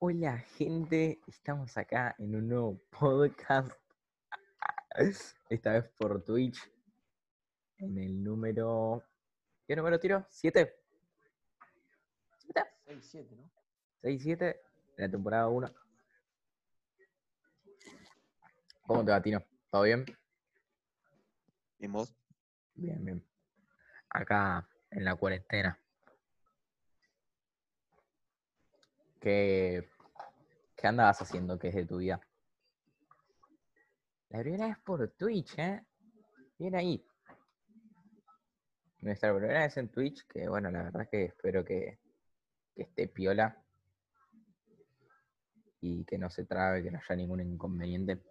Hola gente, estamos acá en un nuevo podcast, esta vez por Twitch, en el número... ¿Qué número tiro? ¿7? ¿7? 6-7, ¿no? 6-7, de la temporada 1. ¿Cómo te va, Tino? ¿Todo bien? ¿En vos? Bien, bien. Acá en la cuarentena. ¿Qué, qué andabas haciendo? ¿Qué es de tu vida? La primera vez por Twitch, ¿eh? Bien ahí. Nuestra primera vez en Twitch, que bueno, la verdad es que espero que esté piola y que no se trabe, que no haya ningún inconveniente.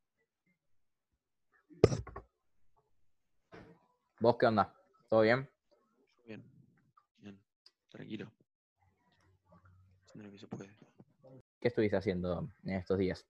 ¿Vos qué onda? ¿Todo bien? Bien, bien, tranquilo. Haciendo lo que se puede. ¿Qué estuviste haciendo en estos días?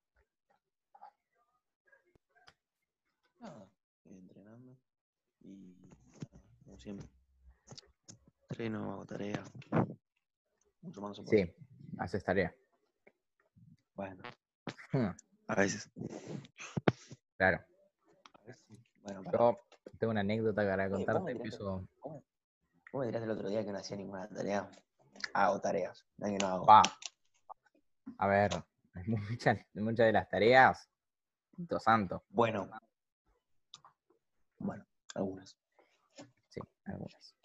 Nada, entrenando y como siempre. Entreno, hago tarea. Mucho más no se puede. Sí, haces tarea. Bueno, Hmm, a veces. claro. A veces sí. Bueno, para. Yo tengo una anécdota para Vos contarte. me tiraste, vos me tiraste el otro día que no hacía ninguna tarea. Hago tareas, no es que no hago. Pa, a ver, muchas de las tareas, Pito santo. Bueno, algunas. Sí, algunas.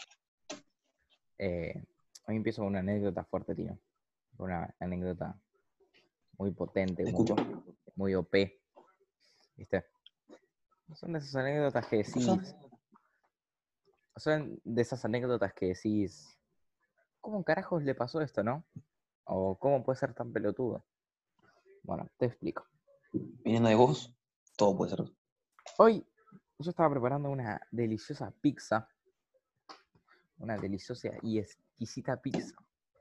Hoy empiezo con una anécdota fuerte, tío. Una anécdota muy potente, Te escucho. muy OP. ¿Viste? Son de esas anécdotas que ¿Cosa? decís. Son de esas anécdotas que decís. ¿Cómo carajos le pasó esto, no? O cómo puede ser tan pelotudo. Bueno, te explico. Viniendo de vos, todo puede ser. Hoy yo estaba preparando una deliciosa pizza, una deliciosa y exquisita pizza.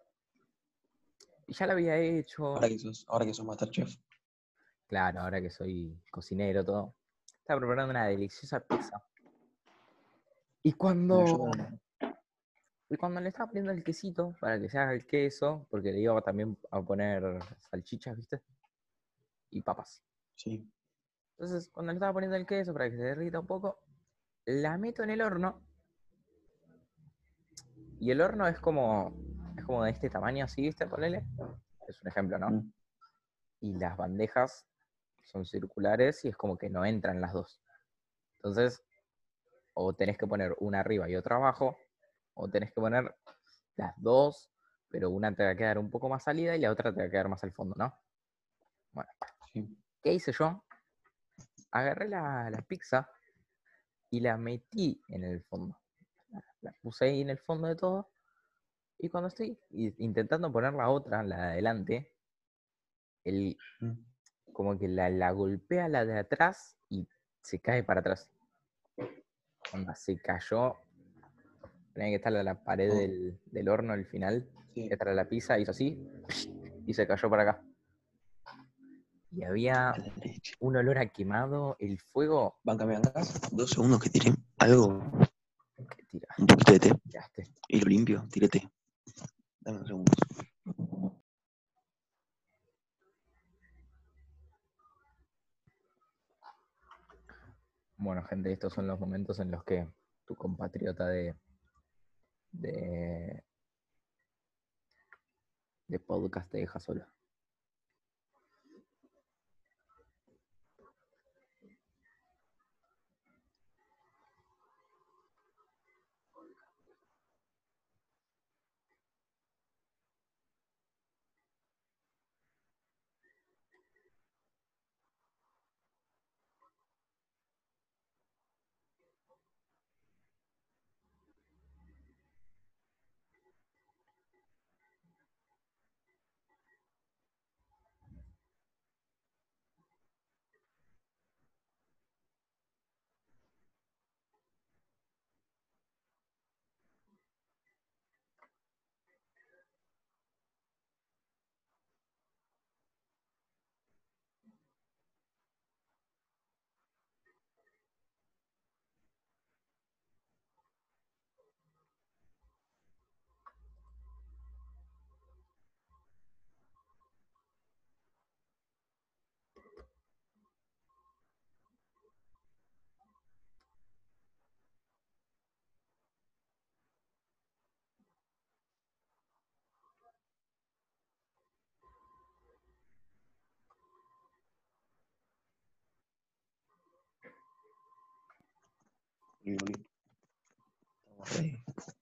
Y ya la había hecho, Ahora que sos Masterchef. claro, ahora que soy cocinero, todo. Estaba preparando una deliciosa pizza. Y Mira, cuando, y cuando le estaba poniendo el quesito para que se haga el queso, porque le iba también a poner salchichas, ¿viste? Y papas. Sí. Entonces, cuando le estaba poniendo el queso para que se derrita un poco, la meto en el horno. Y el horno es como de este tamaño así, ¿viste? Ponele. Es un ejemplo, ¿no? Mm. Y las bandejas son circulares y es como que no entran las dos. Entonces, o tenés que poner una arriba y otra abajo, o tenés que poner las dos, pero una te va a quedar un poco más salida y la otra te va a quedar más al fondo, ¿no? Bueno, Sí. ¿qué hice yo? Agarré la pizza y la metí en el fondo. La puse ahí en el fondo de todo. Y cuando estoy intentando poner la otra, la de adelante, el, Mm. como que la golpea la de atrás y se cae para atrás. Onda, se cayó. Tenía que estar a la pared Todo. del horno al final. Sí. Esta era la pizza, hizo así y se cayó para acá. Y había A la leche. un olor a quemado, el fuego. Banca, ¿me bancás? 2 segundos que tiré algo, ¿Qué tira? un poquito de té, Tiraste. y lo limpio, tiré té. Dame 2 segundos. Bueno, gente, estos son los momentos en los que tu compatriota de, de podcast te deja solo. Volví. Estamos re.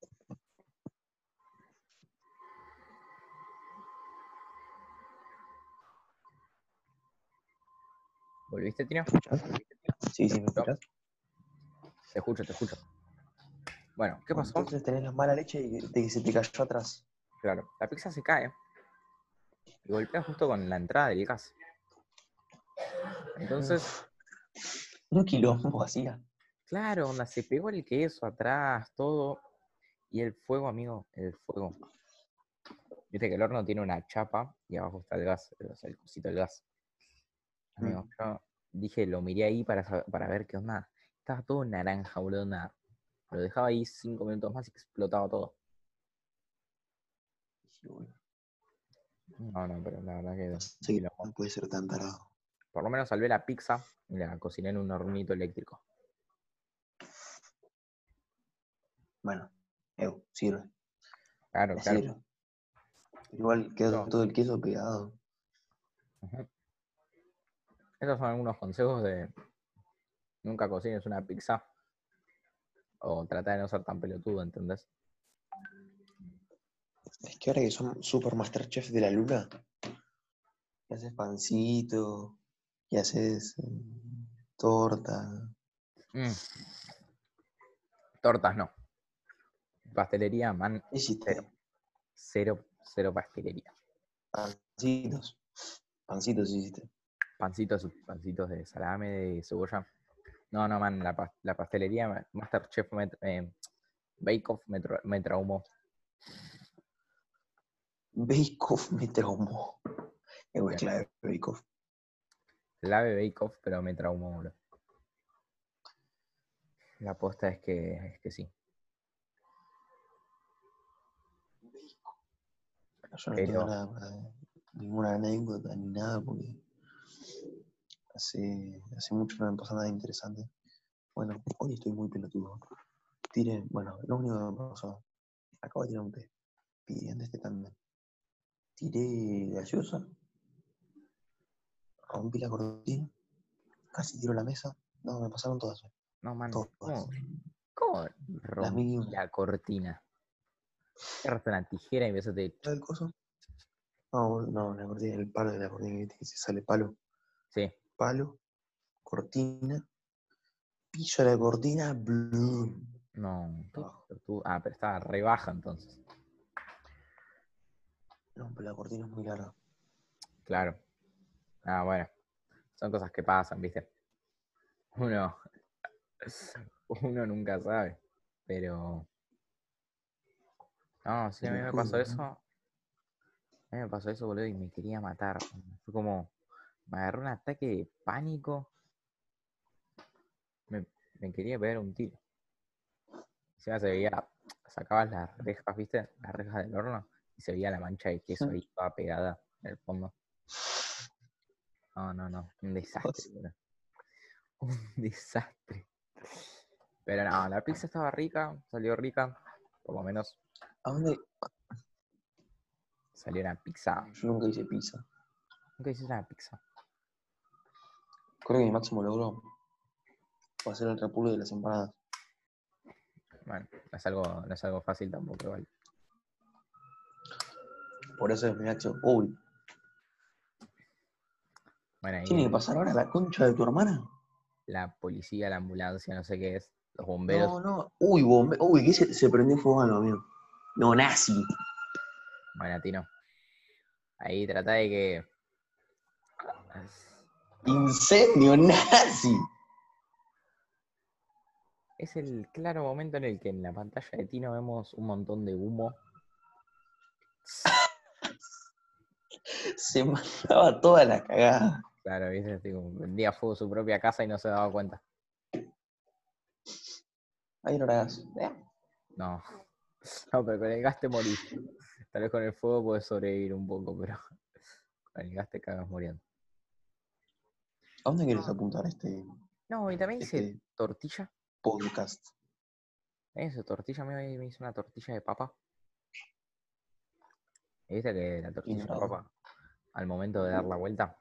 ¿Volviste, Tino? ¿Me escuchás? Sí, sí, ¿me escuchás? Te escucho, te escucho. Bueno, ¿qué Bueno, pasó? entonces tenés la mala leche de que se te cayó atrás. Claro, la pizza se cae y golpea justo con la entrada del gas. Entonces, Uf, un quilombo hacía. claro, onda, se pegó el queso atrás, todo. Y el fuego, amigo, el fuego. Viste que el horno tiene una chapa y abajo está el gas, o sea, el cosito del gas. Amigo, yo dije, lo miré ahí para ver qué onda. Estaba todo naranja, boludo, nada. Lo dejaba ahí 5 minutos más y explotaba todo. Sí, bueno, No, no, pero la verdad no que sé, no puede ser tan tarado. por lo menos salvé la pizza y la cociné en un hornito eléctrico. Bueno, sirve, Claro, me claro. sirve. Pero igual quedó Eso, todo el queso pegado. ujú. Esos son algunos consejos de nunca cocines una pizza o trata de no ser tan pelotudo, ¿entendés? Es que ahora que son super masterchef de la luna, y haces pancito, y haces torta. Mm, tortas no. Pastelería, man, ¿Qué cero. hiciste? Cero, cero pastelería. Pancitos. Pancitos hiciste. Pancitos de salame, de cebolla. No, no, man, la pastelería, Masterchef, Bake Off me traumó. Bake Off me traumó. Es Bien. clave, Bake Off. Lave Bake Off, pero me traumó, bro. La aposta es que sí. Yo no tengo Pero, nada ninguna anécdota ni nada porque hace mucho no me pasa nada interesante. Bueno, hoy estoy muy pelotudo. Bueno, lo único que me pasó, acabo de tirar un té, pidiendo este también. Tiré gaseosa, rompí la cortina, casi tiro la mesa. No, me pasaron todas, no, man, todas. ¿cómo Las rompí mil y una. la cortina? Agarraste una tijera y eso te... ¿El coso? No, no, la cortina, el palo de la cortina, ¿viste? Que se sale palo, Sí, palo, cortina, piso de la cortina, bloom. no, qué Abajo. pelotudo. Ah, pero estaba re baja entonces. No, pero la cortina es muy larga. Claro. Ah, bueno, son cosas que pasan, ¿viste? Uno, uno nunca sabe. Pero, no, sí, a mí Pero me pasó ruido, eso. ¿no? A mí me pasó eso, boludo, y me quería matar. Fue como, me agarró un ataque de pánico. Me, me quería pegar un tiro. Encima se veía, sacabas las rejas, ¿viste? Las rejas del horno y se veía la mancha de queso ahí toda pegada en el fondo. No, no, no, un desastre, boludo. Un desastre. Pero no, la pizza estaba rica, salió rica. Por lo menos ¿A dónde? salió una pizza. Yo nunca hice pizza. Nunca hice una pizza. Creo que mi máximo logro va a ser el repulgue de las empanadas. Bueno, no es algo fácil tampoco, igual. Por eso es mi máximo. Uy, Bueno, ahí ¿tiene que pasar ahora la concha de tu hermana? la policía, la ambulancia, no sé qué es, los bomberos. No, no. Uy, uy, ¿qué se prendió fuego a lo mío? No, nazi. Bueno, a ti no. Ahí trata de que. Incendio nazi. Es el claro momento en el que en la pantalla de Tino vemos un montón de humo. Se mandaba toda la cagada. Claro, ¿viste? Así como prendía fuego su propia casa y no se daba cuenta. Ahí no la hagas. No, no, pero con el gas te morís. Tal vez con el fuego puedes sobrevivir un poco, pero con el gas te cagas muriendo. ¿A dónde quieres apuntar No, y también hice este tortilla. podcast? Eso, tortilla, me hice una tortilla de papa. Y viste que la Y no tortilla de la hago. papa, al momento de dar la vuelta,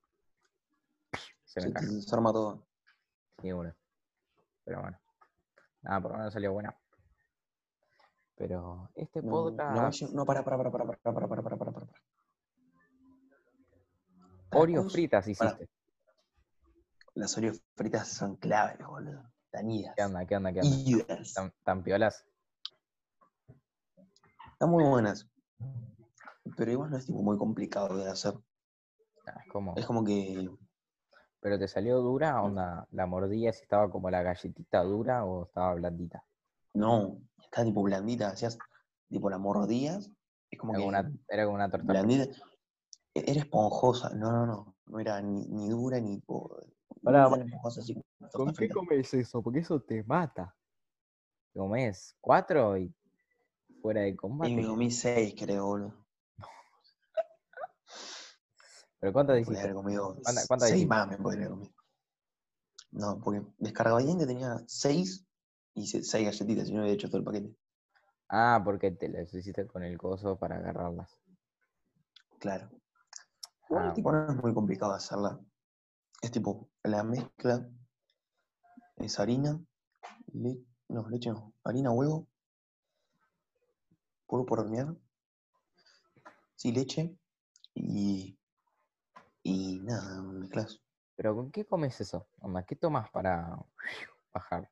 se me Se te cayó. desarma todo. Sí, bueno. Pero bueno. Ah, por lo menos salió buena. Pero este No, la voy a podcast, no, para. Oreo Tacos, fritas para. hiciste. Las Oreos fritas son claves, boludo. ¿Qué Tañidas. onda? ¿Qué onda? ¿Qué onda? Idas. ¿Tan piolas? Están muy buenas, pero igual no es tipo muy complicado de hacer. Ah, es Es como, como que, ¿pero te salió dura? ¿Onda? ¿La mordías y estaba como la galletita dura o estaba blandita? no, está tipo blandita, hacías, tipo la mordías, es como que Era como una torta fría. blandita, era esponjosa, no era ni dura ni tipo, Pará, era esponjosa así como una torta ¿con qué frita. comes eso? Porque eso te mata. Comes 4 y fuera de Y me combate. comí 6, creo, boludo. ¿Pero cuántas Me podría hiciste? haber comido ¿Cuántas 6 hiciste? más, me podría haber comido. No, porque Descargadiente tenía 6 y 6 galletitas, y no había hecho todo el paquete. Ah, porque te las hiciste con el coso para agarrarlas. Claro. Igual, Ah, tipo, no es muy complicado hacerla. Es tipo, la mezcla es harina, leche no, harina, huevo, polvo por hornear, sí, leche y, y nada, mezclas. pero ¿con qué comes eso? Onda, ¿qué tomas para bajar?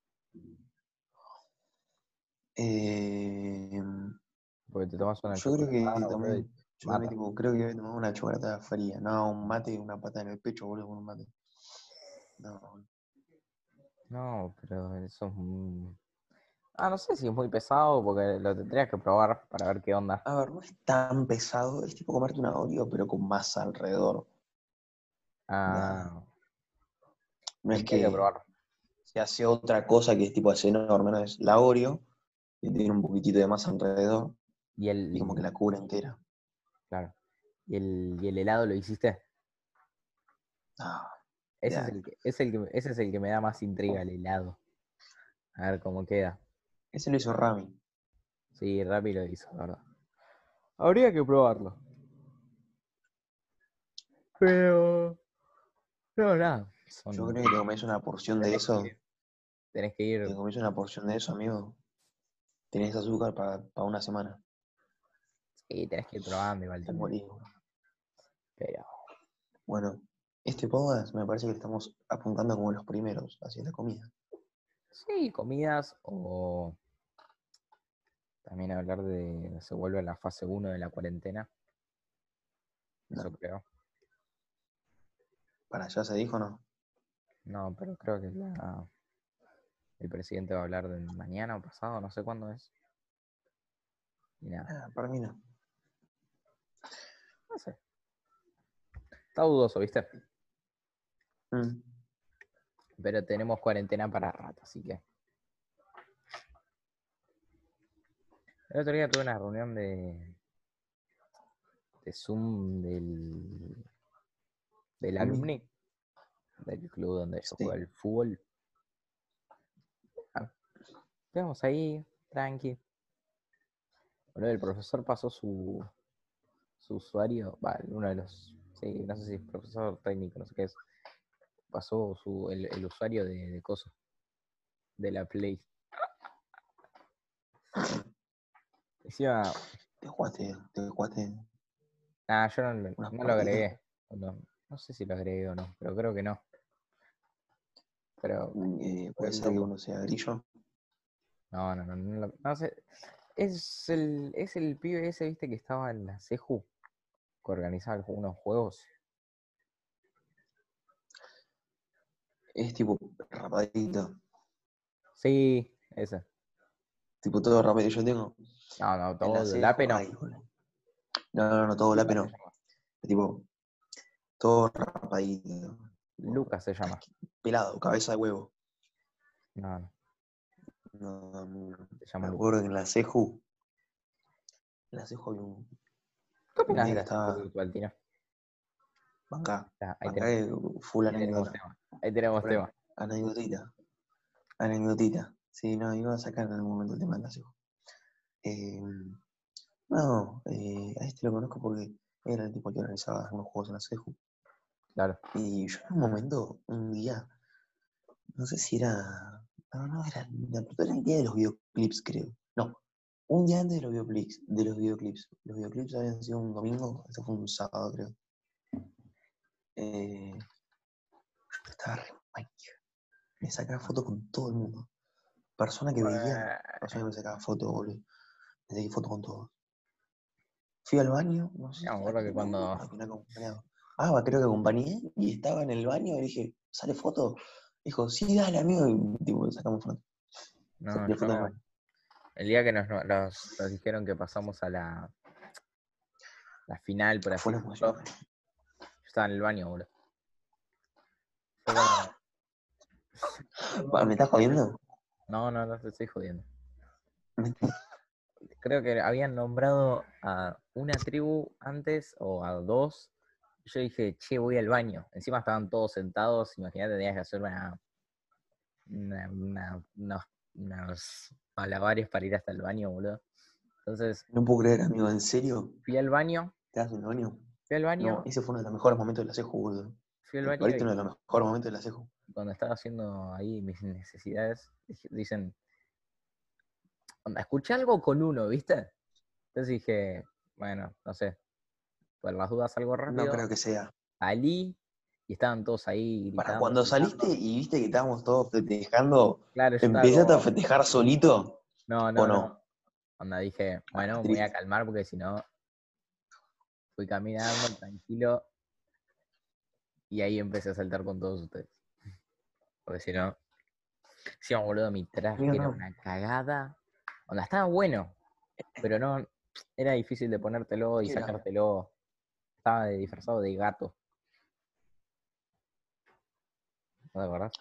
Eh, Porque te tomas una yo creo que chocolatada, boludo, y también, te yo también mata. tipo, creo que voy a tomar una chocolatada fría, no un mate y una pata en el pecho, boludo, con un mate. No, No, pero eso es Ah, no sé si es muy pesado porque lo tendrías que probar para ver qué onda. a ver, no es tan pesado, es tipo comerte una Oreo, pero con masa alrededor. Nada, Ah, no es tendría que que probar. se hace otra cosa que es tipo así enorme, no es la Oreo, que tiene un poquitito de masa alrededor Y y como que el, la cubre entera. claro. ¿Y el helado lo hiciste? No, Ese es ya. el que, ese es el que me da más intriga, el helado. A ver cómo queda. Ese lo hizo Rami. Sí, Rappi lo hizo, la verdad. Habría que probarlo. Pero, no, nada. Yo creo que te comes una porción de Tenés que eso, ir, tenés que ir, te comes una porción de eso, amigo. Tenés azúcar para una semana. sí, tenés que ir probando igual Te también. morís. Pero, Bueno, este podcast me parece que estamos apuntando como los primeros hacia la comida. sí, comidas o también hablar de, se vuelve a la fase 1 de la cuarentena, eso No, creo. para allá se dijo, no. No, pero creo que el presidente va a hablar de mañana o pasado, no sé cuándo es. Y nada, Ah, para mí no. no sé. Está dudoso, ¿viste? Mm. Pero tenemos cuarentena para rato, así que. El otro día tuve una reunión de Zoom del Mm. alumni, del club donde yo juego Sí. al fútbol. Ah, quedamos ahí, tranqui. Boludo, el profesor pasó su usuario, va, uno de los, sí, no sé si es profesor técnico, no sé qué es, pasó el usuario de coso, de la Play. Decía, Te jugaste ah, yo no, unas no lo partidas. agregué, no, no sé si lo agregué o no, pero creo que no. Pero fue Puede ser que loco. uno sea grillo. No sé. Es el pibe ese, viste, que estaba en la CEJU, que organizaba algunos juegos. Es tipo rapadito. Sí, ese. Tipo todo rapadito. Yo tengo No, no, en la todo, el APE cejo. no. Ay, boludo. No, todo lápiz Lucas se no. llama. Tipo, todo rapadito. Tipo, Lucas se llama. pelado, cabeza de huevo. No, no, No. se llama Me Lucas. acuerdo que en la cejo había ¿Qué un opinas día de que la CEJU estaba virtual, Tino? acá. Ah, Acá que full ahí tenemos anécdota. tema. Ahí tenemos Full tema. anécdotita. Anécdotita. Sí, no, iba a sacar en algún momento el tema de la cejo. Eh, no, a este lo conozco porque era el tipo que organizaba unos juegos en la ceju. Claro. Y yo en un momento, un día, no sé si era. No, era el día de los videoclips, creo. No, un día antes de los videoclips. Los videoclips habían sido un domingo, eso fue un sábado, creo. Yo estaba re manija. Me sacaba fotos con todo el mundo. Persona que veía, persona que me sacaba fotos, boludo. Me saqué fotos con todos. Fui al baño, no sé Me a acuerdo que quién cuando... acompañado. Creo que acompañé y estaba en el baño y le dije, ¿sale foto? Dijo, sí, dale, amigo. Y tipo, sacamos foto. No, Salió foto en el yo... baño. El día que nos dijeron que pasamos a la final, por así Fue una decirlo, emoción. yo estaba en el baño, boludo. Fue como... ¿Me estás jodiendo? No te estoy jodiendo. Creo que habían nombrado a una tribu antes o a dos. Yo dije, che, voy al baño. Encima estaban todos sentados. Imagínate, tenías que hacer unos malabares para ir hasta el baño, boludo. Entonces, No puedo creer, amigo, ¿en serio? fui al baño, ¿Estás en el baño? fui al No, baño, ese fue uno de los mejores momentos de la CEJU, boludo. fui al Me baño parece uno y de los mejores momentos de la CEJU. cuando estaba haciendo ahí mis necesidades, dicen, onda, escuché algo con uno, ¿viste? Entonces dije, bueno, no sé, por las dudas algo No rápido, creo que sea. salí y estaban todos ahí Para gritando, cuando saliste gritando. y viste que estábamos todos festejando, Claro, yo estaba ¿empezaste a como, festejar solito o no. no? Onda dije, bueno, me voy a Triste. calmar porque si no, fui caminando tranquilo y ahí empecé a saltar con todos ustedes. Porque si no, sí, boludo, mi Amigo, traje era no. una cagada. Onda, estaba bueno, pero no, era difícil de ponértelo y ¿Qué era? sacártelo. Estaba disfrazado de gato, ¿no te acordás?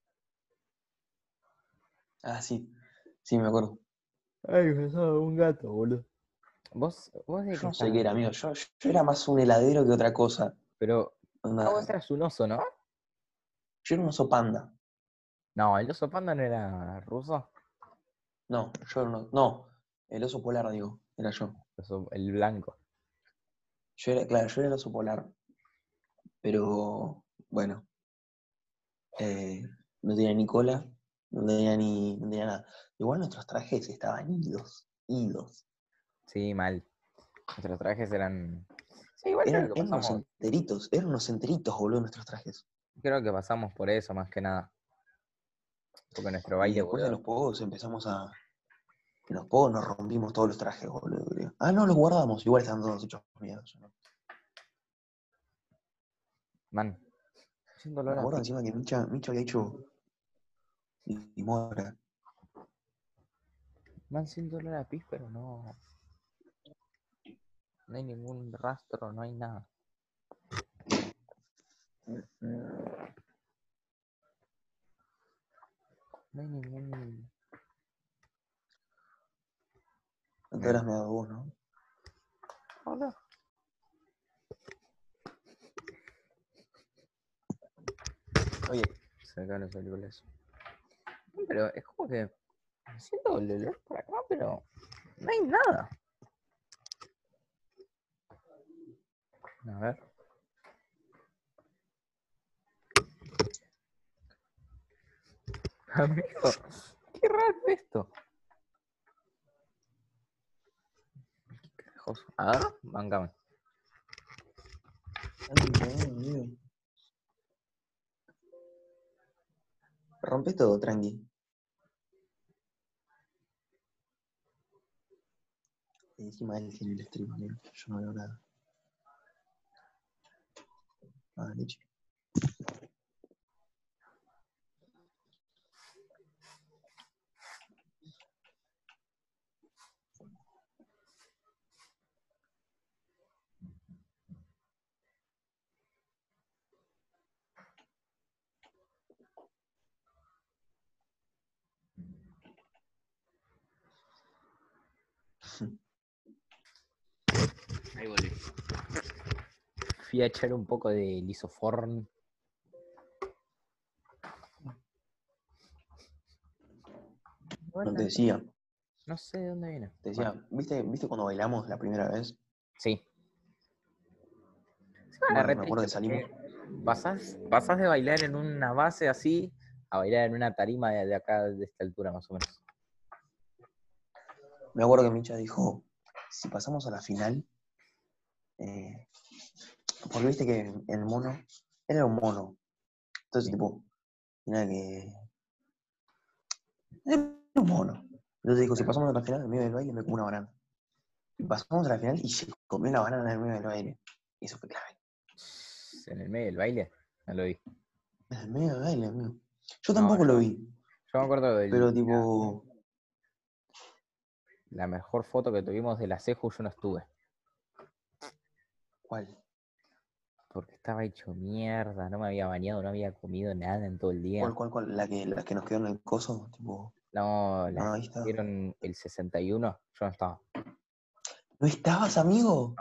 Ah, sí. Sí, me acuerdo. Ay, disfrazado de un gato, boludo. ¿Vos de Yo qué no sé qué estabas? era, amigo. Yo era más un heladero que otra cosa. Pero, vos Onda, eras un oso, ¿no? yo era un oso panda. No, el oso panda no era ruso. No, yo no. No, el oso polar, digo, era yo. El blanco. Claro, yo era el oso polar. Pero, bueno, eh, no tenía ni cola, no tenía nada. Igual nuestros trajes estaban idos. Sí, mal. Nuestros trajes eran... Sí, igual creo que pasamos. Eran unos enteritos, boludo, nuestros trajes. Creo que pasamos por eso más que nada. Porque nuestro Y baile, después de boludo. los pogos en los pogos nos rompimos todos los trajes, boludo, creo. Ah, no, los guardamos, igual estaban todos hechos mierda, ¿no? Man, siento Me olor a acuerdo pis. encima que Micho había hecho mora. Man, siento olor a pis, pero no. No hay ningún rastro, no hay nada. No hay ningún. No te Mira, habrás meado vos, ¿no? hola. Oye, se me caen los auriculares. Pero es como que siento el olor por acá, pero no hay nada. A ver. Amigo, qué raro esto. Carajos. A ver, bancame. Rompes todo, tranqui. Y encima él tiene el stream, amigo. Yo no veo nada. Ah, leche. Ahí volví. Fui a echar un poco de lisoform. No Igual te decía, no sé de dónde viene. te Bueno, decía, ¿viste cuando bailamos la primera vez? sí. Es Bueno, re me acuerdo triste que salimos. porque pasás de bailar en una base así a bailar en una tarima de acá, de esta altura más o menos. Me acuerdo que Micha dijo, si pasamos a la final, porque viste que el mono, él era un mono. Entonces, Sí. tipo, tenía que. Era un mono. Entonces dijo, si pasamos a la final, en medio del baile me como una banana. Y pasamos a la final y se comió la banana en el medio del baile. Y eso fue clave. En el medio del baile, no lo vi. En el medio del baile, amigo. Yo No, tampoco lo vi. yo me acuerdo de Pero tipo. la mejor foto que tuvimos de la Ceju, yo no estuve. ¿Cuál? Porque estaba hecho mierda, no me había bañado, no había comido nada en todo el día. ¿Cuál? La que nos quedó en el coso, tipo. No, No, las ahí que está. hicieron el 61, yo no estaba. ¿No estabas, amigo? No,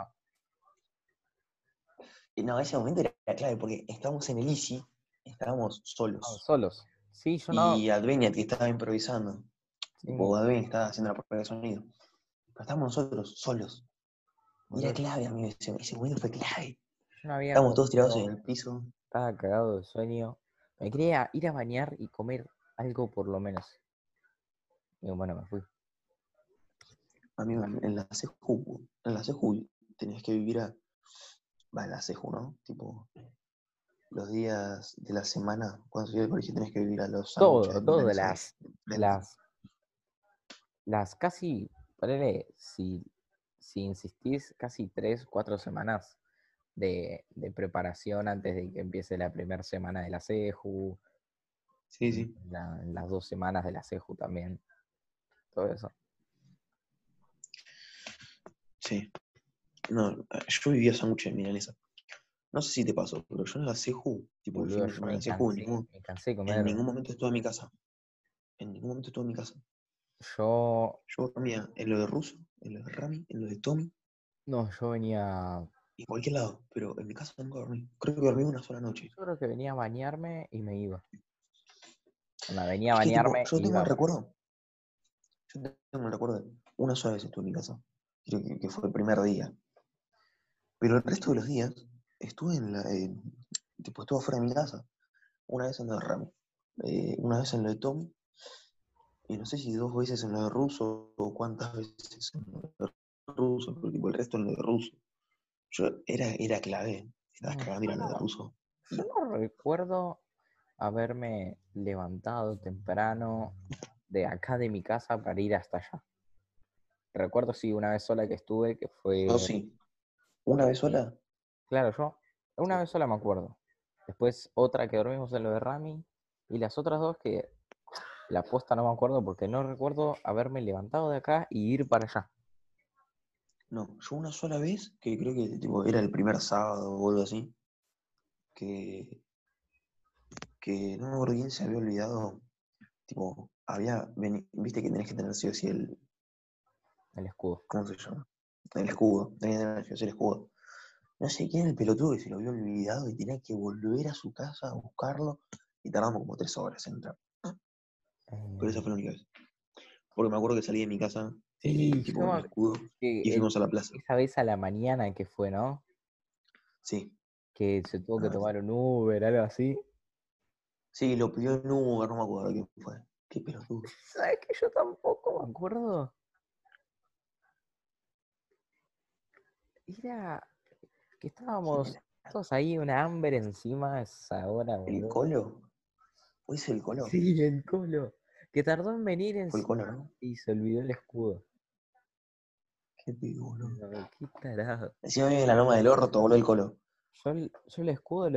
Y no, ese momento era clave porque estábamos en el Easy, estábamos estábamos solos. solos. Sí, yo no. Y Adveniat que estaba improvisando. Sí, Tipo, Adveniat estaba haciendo la prueba de sonido. Pero estábamos nosotros, solos. Y era boludo, clave, amigo. Ese momento fue clave. yo no había Estábamos todos tirados en comido, el piso. estaba cagado de sueño. Me quería ir a bañar y comer algo por lo menos. Y bueno, me fui. Amigo, en la CEJU tenías que vivir a. Va, en la CEJU, ¿no? Tipo, los días de la semana, cuando salí del colegio, tenés que vivir a los sándwiches de Todo, milanesa de frente. las, las casi, ponele, si insistís, casi 3, 4 semanas de preparación antes de que empiece la primera semana de la CEJU, Sí, sí. las 2 semanas de la CEJU también, todo eso. Sí. No, yo vivía sándwiches de milanesa. No sé si te pasó, pero yo en la CEJU, tipo el fin Boludo, de yo semana de CEJU, me cansé de en comer. ningún momento estuve en mi casa. En ningún momento estuve en mi casa. Yo, Yo dormía en lo de Russo, en lo de Rami, en lo de Tommy, no, yo venía, en cualquier lado, pero en mi casa nunca dormí. Creo que dormí una sola noche. yo creo que venía a bañarme y me iba. Onda, venía a Es que tipo, bañarme yo y tengo iba el a dormir. recuerdo, yo tengo el recuerdo de una sola vez estuve en mi casa. Creo que fue el primer día. Pero el resto de los días estuve tipo, estuve afuera de mi casa. Una vez en lo de Rami, una vez en lo de Tommy, y no sé si 2 veces en lo de Russo o cuántas veces en lo de Russo, pero tipo el resto en lo de Russo. Era clave. Estabas No, cagando y era lo de Russo. yo no recuerdo haberme levantado temprano de acá de mi casa para ir hasta allá. Recuerdo sí una vez sola que estuve, que Yo fue, sí. Una vez sola, claro, yo una sí. vez sola me acuerdo. Después otra que dormimos en lo de Rami y las otras dos que la posta no me acuerdo porque no recuerdo haberme levantado de acá y ir para allá. No, yo una sola vez, que creo que tipo, era el primer sábado o algo así, que, que no me acuerdo quién se había olvidado. Tipo, viste que tenés que tener sí o sí El escudo. ¿cómo se llama? El escudo, tenés que tener sí o sí el escudo. No sé quién era el pelotudo que se lo había olvidado y tenía que volver a su casa a buscarlo y tardamos como 3 horas en entrar. Pero esa Eh, fue la única vez. Porque me acuerdo que salí de mi casa, sí, tipo con el escudo, que y fuimos a la plaza. esa vez a la mañana que fue, ¿no? Sí. Que se tuvo que Ah, tomar un Uber, algo así. sí, lo pidió en Uber, no me acuerdo quién fue. Qué pelotudo. ¿Sabes que yo tampoco me acuerdo? Era que ¿Quién estábamos era? todos ahí, una hambre encima a esa hora, ¿El boludo. Colo? ¿O es el Colo? Sí, el Colo. Que tardó en venir Fue el encima Colo, ¿no? y se olvidó el escudo. Qué pibe, boludo. No, qué tarado. Encima vive en la loma del orto, boludo, el Colo. Yo el escudo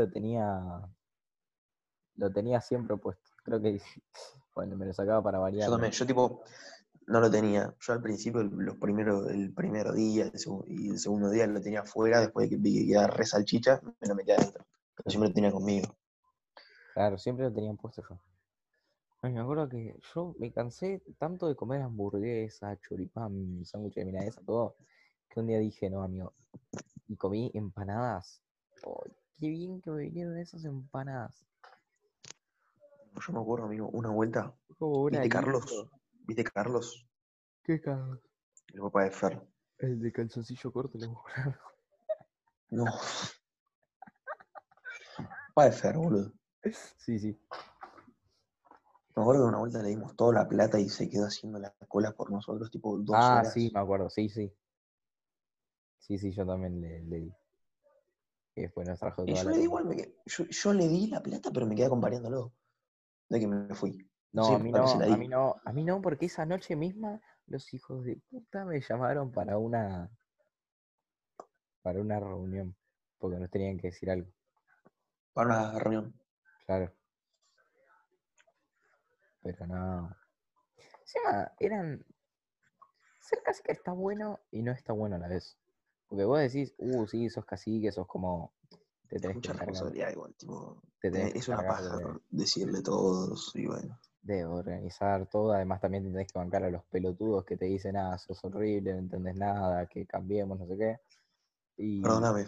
lo tenía siempre puesto. Creo que bueno, me lo sacaba para Yo variarme. también, yo tipo, no lo tenía. Yo al principio, el primer día y el segundo día lo tenía afuera, después de que vi que quedaba re salchicha, me lo metía adentro. Pero siempre lo tenía conmigo. Claro, siempre lo tenían puesto yo. Ay, me acuerdo que yo me cansé tanto de comer hamburguesa, choripán, sándwich de milanesa, todo, que un día dije, no, amigo, y comí empanadas. Oh, qué bien que me vinieron esas empanadas. Yo me acuerdo, amigo, una vuelta, Como un ¿viste Carlos? alivio. ¿Viste Carlos? ¿Qué cago? El papá de Fer. El de calzoncillo corto le voy a poner. No, papá de Fer, boludo. Sí, sí. Me acuerdo que una vuelta le dimos toda la plata y se quedó haciendo la cola por nosotros, tipo 2 Sí, horas. me acuerdo, sí, sí. Sí, sí, yo también le di. Y después nos trajo Y toda yo la le di comida. igual, yo le di la plata, pero me quedé acompañándolo. De que me fui. No No, sé a mí para qué se no, la a mí di. no, a mí no, porque esa noche misma los hijos de puta me llamaron para una reunión, porque nos tenían que decir algo. Para una reunión. Claro, pero no. Encima, ser cacique está bueno y no está bueno a la vez. Porque vos decís, sí, sos cacique, sos como, te Es tenés que mucha encargar, responsabilidad igual, tipo, te tenés que es una encargar paja decirle todos y bueno. de organizar todo. Además, también te tenés que bancar a los pelotudos que te dicen, sos horrible, no entendés nada, que cambiemos, no sé qué. Y, Perdóname.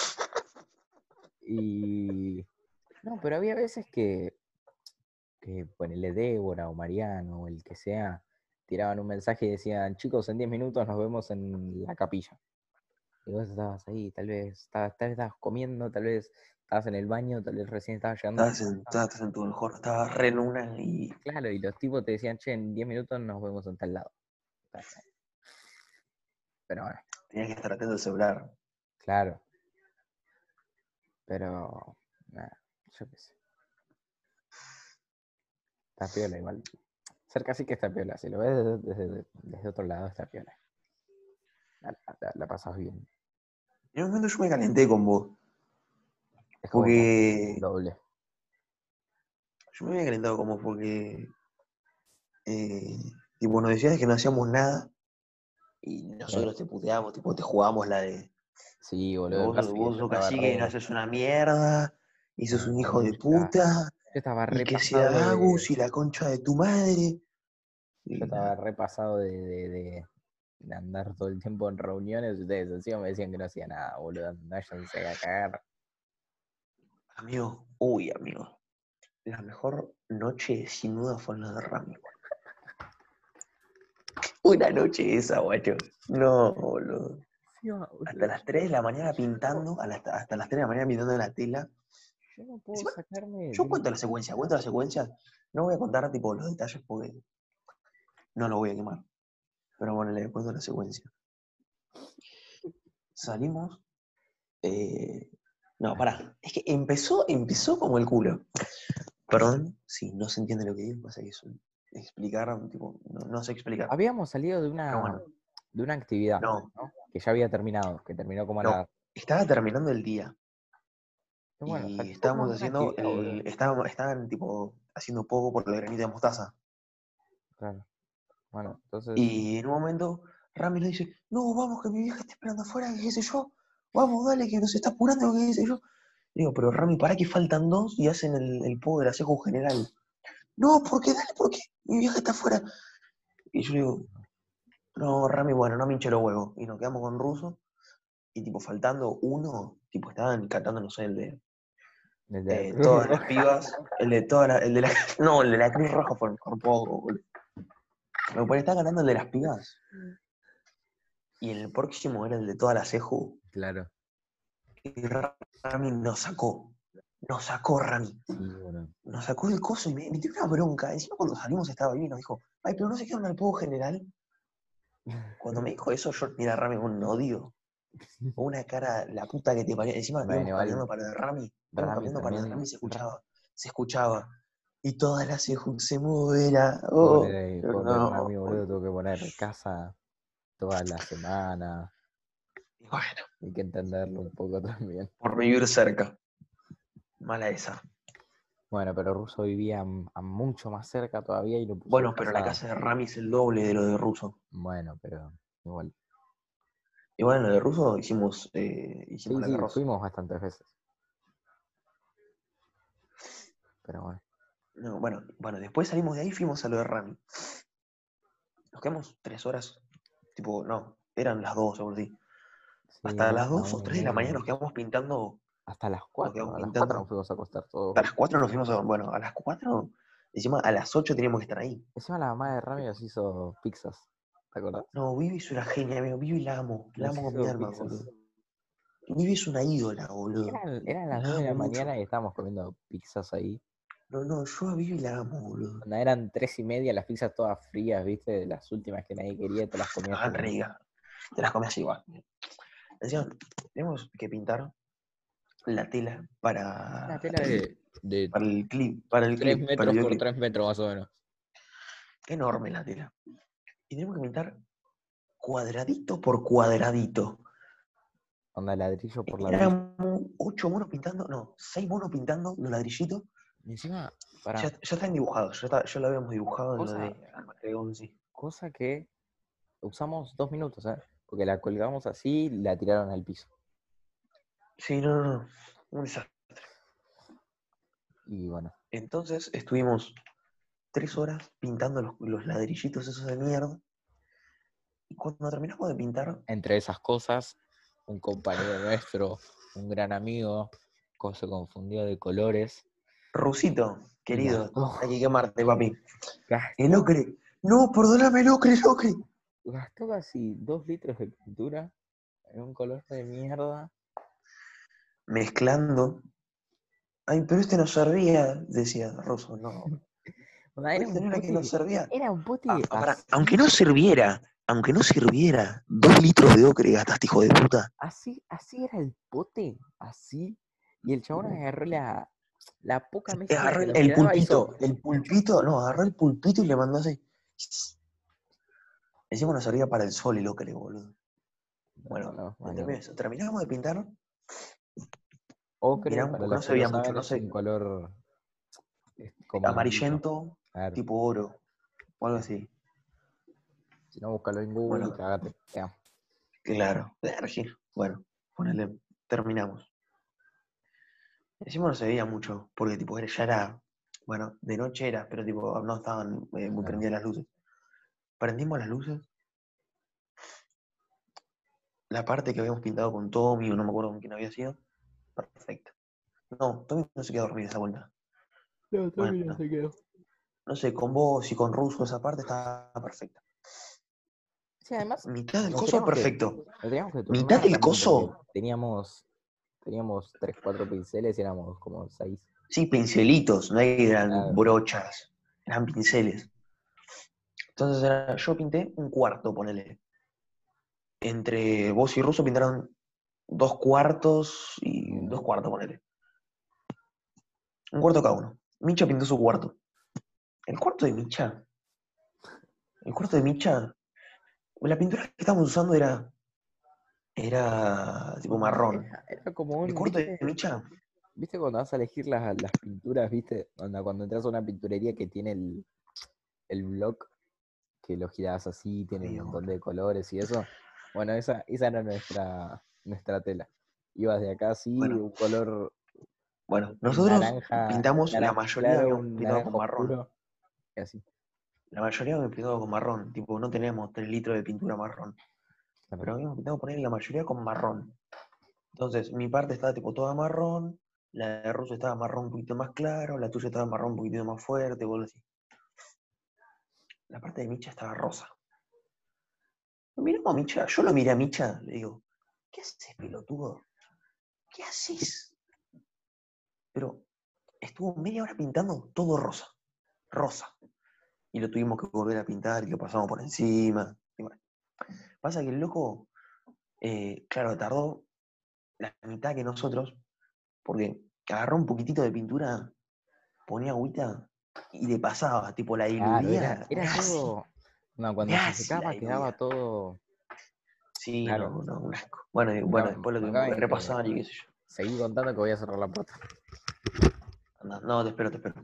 y no, pero había veces que ponele Débora o Mariano o el que sea, tiraban un mensaje y decían, chicos, en 10 minutos nos vemos en la capilla. Y vos estabas ahí, tal vez estabas comiendo, tal vez estabas en el baño, tal vez recién estabas llegando a tu casa. Estás en tu mejor, estaba re en una y Claro, y los tipos te decían, che, en 10 minutos nos vemos en tal lado. Pero bueno, tenías que estar atento al celular. claro, pero nada, yo qué sé. Está piola igual. Ser casi que está piola, si lo ves desde otro lado está piola. La pasas bien. En un momento yo me calenté con vos, Es que vos sos el porque doble. yo me había calentado con vos porque, eh, tipo, nos decías que no hacíamos nada y Sí, nosotros te puteábamos, tipo, te jugábamos la de sí, boludo, vos, pasa que vos sos cacique y no haces una mierda, y sos un hijo no, de puta, yo estaba y que sea Agus y la concha de tu madre. yo Y estaba nada, repasado de andar todo el tiempo en reuniones. Ustedes encima me decían que no hacía nada, boludo. Váyanse a cagar. amigo, la mejor noche sin duda fue la de Rami. Una noche esa, guacho. No, boludo. Encima, Hasta boludo, las 3 de la mañana pintando, hasta las 3 de la mañana pintando en la tela. yo no puedo Encima, sacarme yo de un... cuento la secuencia. No voy a contar tipo los detalles porque no lo voy a quemar. Pero bueno, le cuento la secuencia. Salimos. eh, No, pará. Es que empezó como el culo. Perdón si no se entiende lo que digo, pasa que eso explicar, tipo, no sé explicar. Habíamos salido de Pero una, bueno, de una actividad, no, ¿no? Que ya había terminado, que terminó como a no. la... Estaba terminando el día. Bueno, Y salimos estábamos de una haciendo actividad, boludo. estaban tipo haciendo poco por la granita de mostaza. Claro. Bueno, entonces... Y en un momento Rami le dice, no, vamos, que mi vieja está esperando afuera, que qué sé yo, vamos, dale, que nos está apurando, que qué sé yo. Digo, pero Rami, para que faltan dos y hacen el pogo del asejo general. No, porque dale, porque mi vieja está afuera. Y yo le digo, no, Rami, bueno, no me hinche los huevos. Y nos quedamos con Russo, y tipo, faltando uno, tipo, estaban cantando, no sé, el de El de la Cruz todas las Roja. pibas, el de la, no, el de la Cruz Roja fue el mejor poco, boludo. Me parece está ganando el de las pibas. Y el próximo era el de toda la ceju. Claro. Y Rami nos sacó Rami. Sí, bueno. Nos sacó del coso y me dio una bronca. Encima cuando salimos estaba bien y nos dijo, ay, pero no se quedaron al pogo general. Cuando me dijo eso, yo miré a Rami con un odio, con una cara, la puta que te parió. Encima Bueno, igual íbamos Rami caminando para lo de también. Rami y se escuchaba. Y toda la ceju se moverá. Oh, Pobre no, Rami, boludo, tuvo que poner casa toda la semana. y bueno, Hay que entenderlo un poco también. por vivir cerca. Mala esa. Bueno, pero Russo vivía mucho más cerca todavía y lo puso Bueno, pero la casa. casa de Rami es el doble de lo de Russo. Bueno, pero igual. Igual en lo de Russo hicimos Sí, la sí, carroza. fuimos bastantes veces. Pero bueno. No, bueno, después salimos de ahí y fuimos a lo de Rami. Nos quedamos 3 horas. Tipo, no, eran las 2 o así. Sí, Hasta no, las la 2 o una y 3 de la mañana media. nos quedamos pintando. Hasta las Nos 4. quedamos A las 4 nos pintando. fuimos a acostar todos, A las boludo. 4 nos fuimos a. Bueno, a las 4. Encima a las 8 teníamos que estar ahí. Encima la mamá de Rami nos hizo pizzas. ¿Te acordás? No, Vivi es una genia, amigo. Vivi la amo. La Nos amo con mi hizo alma, pizzas. boludo. Vivi es una ídola, boludo. Eran las 2 La de la amo mucho. mañana y estábamos comiendo pizzas ahí. No, yo a Vivi la amo, boludo. Cuando eran 3:30, las pizzas todas frías, ¿viste? De las últimas que nadie quería, te las comías Estaban igual. ricas. Te las comías igual. Decían, tenemos que pintar la tela Una tela de para el clip, para el 3 clip, para el metros por videoclip. 3 metros más o menos. Enorme la tela. Y tenemos que pintar cuadradito por cuadradito. Onda ladrillo por ladrillo. Éramos 8 monos pintando, no, 6 monos pintando los ladrillitos. Y encima, Ya están dibujados, ya lo habíamos dibujado en lo cosa, de Armagedón, sí. cosa que usamos 2 minutos, ¿eh? Porque la colgamos así y la tiraron al piso. Sí, no. Un desastre. Y bueno, Entonces estuvimos 3 horas pintando los ladrillitos esos de mierda. Y cuando terminamos de pintar, entre esas cosas, un compañero nuestro, un gran amigo, se confundió de colores Rusito, y querido, hay que quemarte, papi. El gastó, ocre. No, perdóname, el ocre. gastó casi 2 litros de pintura en un color de mierda. Mezclando. Ay, pero este no servía, decía Ruso, no. Onda, Este no era que no servía. era un pote Pará, así, aunque no sirviera, 2 litros de ocre gastaste, hijo de puta. así era el pote, así. Y el chabón agarró la poca mezcla Agarró que nos el quedaba, hizo. pulpito, no, agarró el pulpito y le mandó así. Encima nos servía para el sol el ocre, boludo. No, Bueno, no, terminó malo. eso. Terminamos de pintar, Ocre, miramos, para porque no los se que no veía mucho, saben, no es un sé, color como ardilla. amarillento, Claro. tipo oro, o algo así. Si no, búscalo en Google y Bueno, cagate. Ya. claro, sí. Bueno, ponele, terminamos. Encima no se veía mucho, porque tipo ya era, bueno, de noche era, pero tipo no estaban muy Claro. prendidas las luces. Prendimos las luces, la parte que habíamos pintado con Tommy, o no me acuerdo con quién había sido, perfecto. No, Tommy no se quedó dormido esa vuelta. No, Bueno, todavía no se quedó. no sé, con vos y con Russo esa parte estaba perfecta. Sí, además, Mitad del nos coso, teníamos que, perfecto. nos teníamos que Mitad turnar del también porque coso, teníamos 3 4 pinceles y éramos como 6. sí, pincelitos, no eran Claro. brochas, eran pinceles. Entonces yo pinté un cuarto, ponele. Entre vos y Russo pintaron 2 cuartos y Mm. 2 cuartos, ponele. Un cuarto cada uno. Micha pintó su cuarto. El cuarto de Micha, el cuarto de Micha, la pintura que estábamos usando era tipo marrón. Era como El un, cuarto de ¿viste? Micha, ¿Viste cuando vas a elegir las pinturas, viste? Cuando entras a una pinturería que tiene el bloc, que lo girás así, tiene un sí, montón boludo. de colores y eso. Bueno, esa era nuestra tela. Ibas de acá así, Bueno, un color, un nosotros naranja, pintamos, la naranja mayoría claro, habíamos un pintado con naranja marrón. oscuro, y así. La mayoría habíamos pintado con marrón. Tipo, no teníamos 3 litros de pintura marrón. Claro. Pero habíamos pintado poner la mayoría con marrón. Entonces, mi parte estaba tipo toda marrón, la de Russo estaba marrón un poquito más claro, la tuya estaba marrón un poquito más fuerte, boludo, así. La parte de Micha estaba rosa. Lo miramos a Micha, yo lo miré a Micha, le digo, ¿qué haces, pelotudo? ¿Qué haces? Pero estuvo media hora pintando todo rosa, rosa. Y lo tuvimos que volver a pintar y lo pasamos por encima. Y bueno, pasa que el loco, claro, tardó la mitad que nosotros, porque agarró un poquitito de pintura, ponía agüita y le pasaba, tipo la Claro, diludía, era así, todo. No, cuando se así la secaba quedaba diludía. todo. Sí, Claro. no, un asco. Bueno, bueno, después lo tuvimos Bancame que que repasar y qué sé yo. seguí contando que voy a cerrar la puerta. Anda, no, te espero, te espero.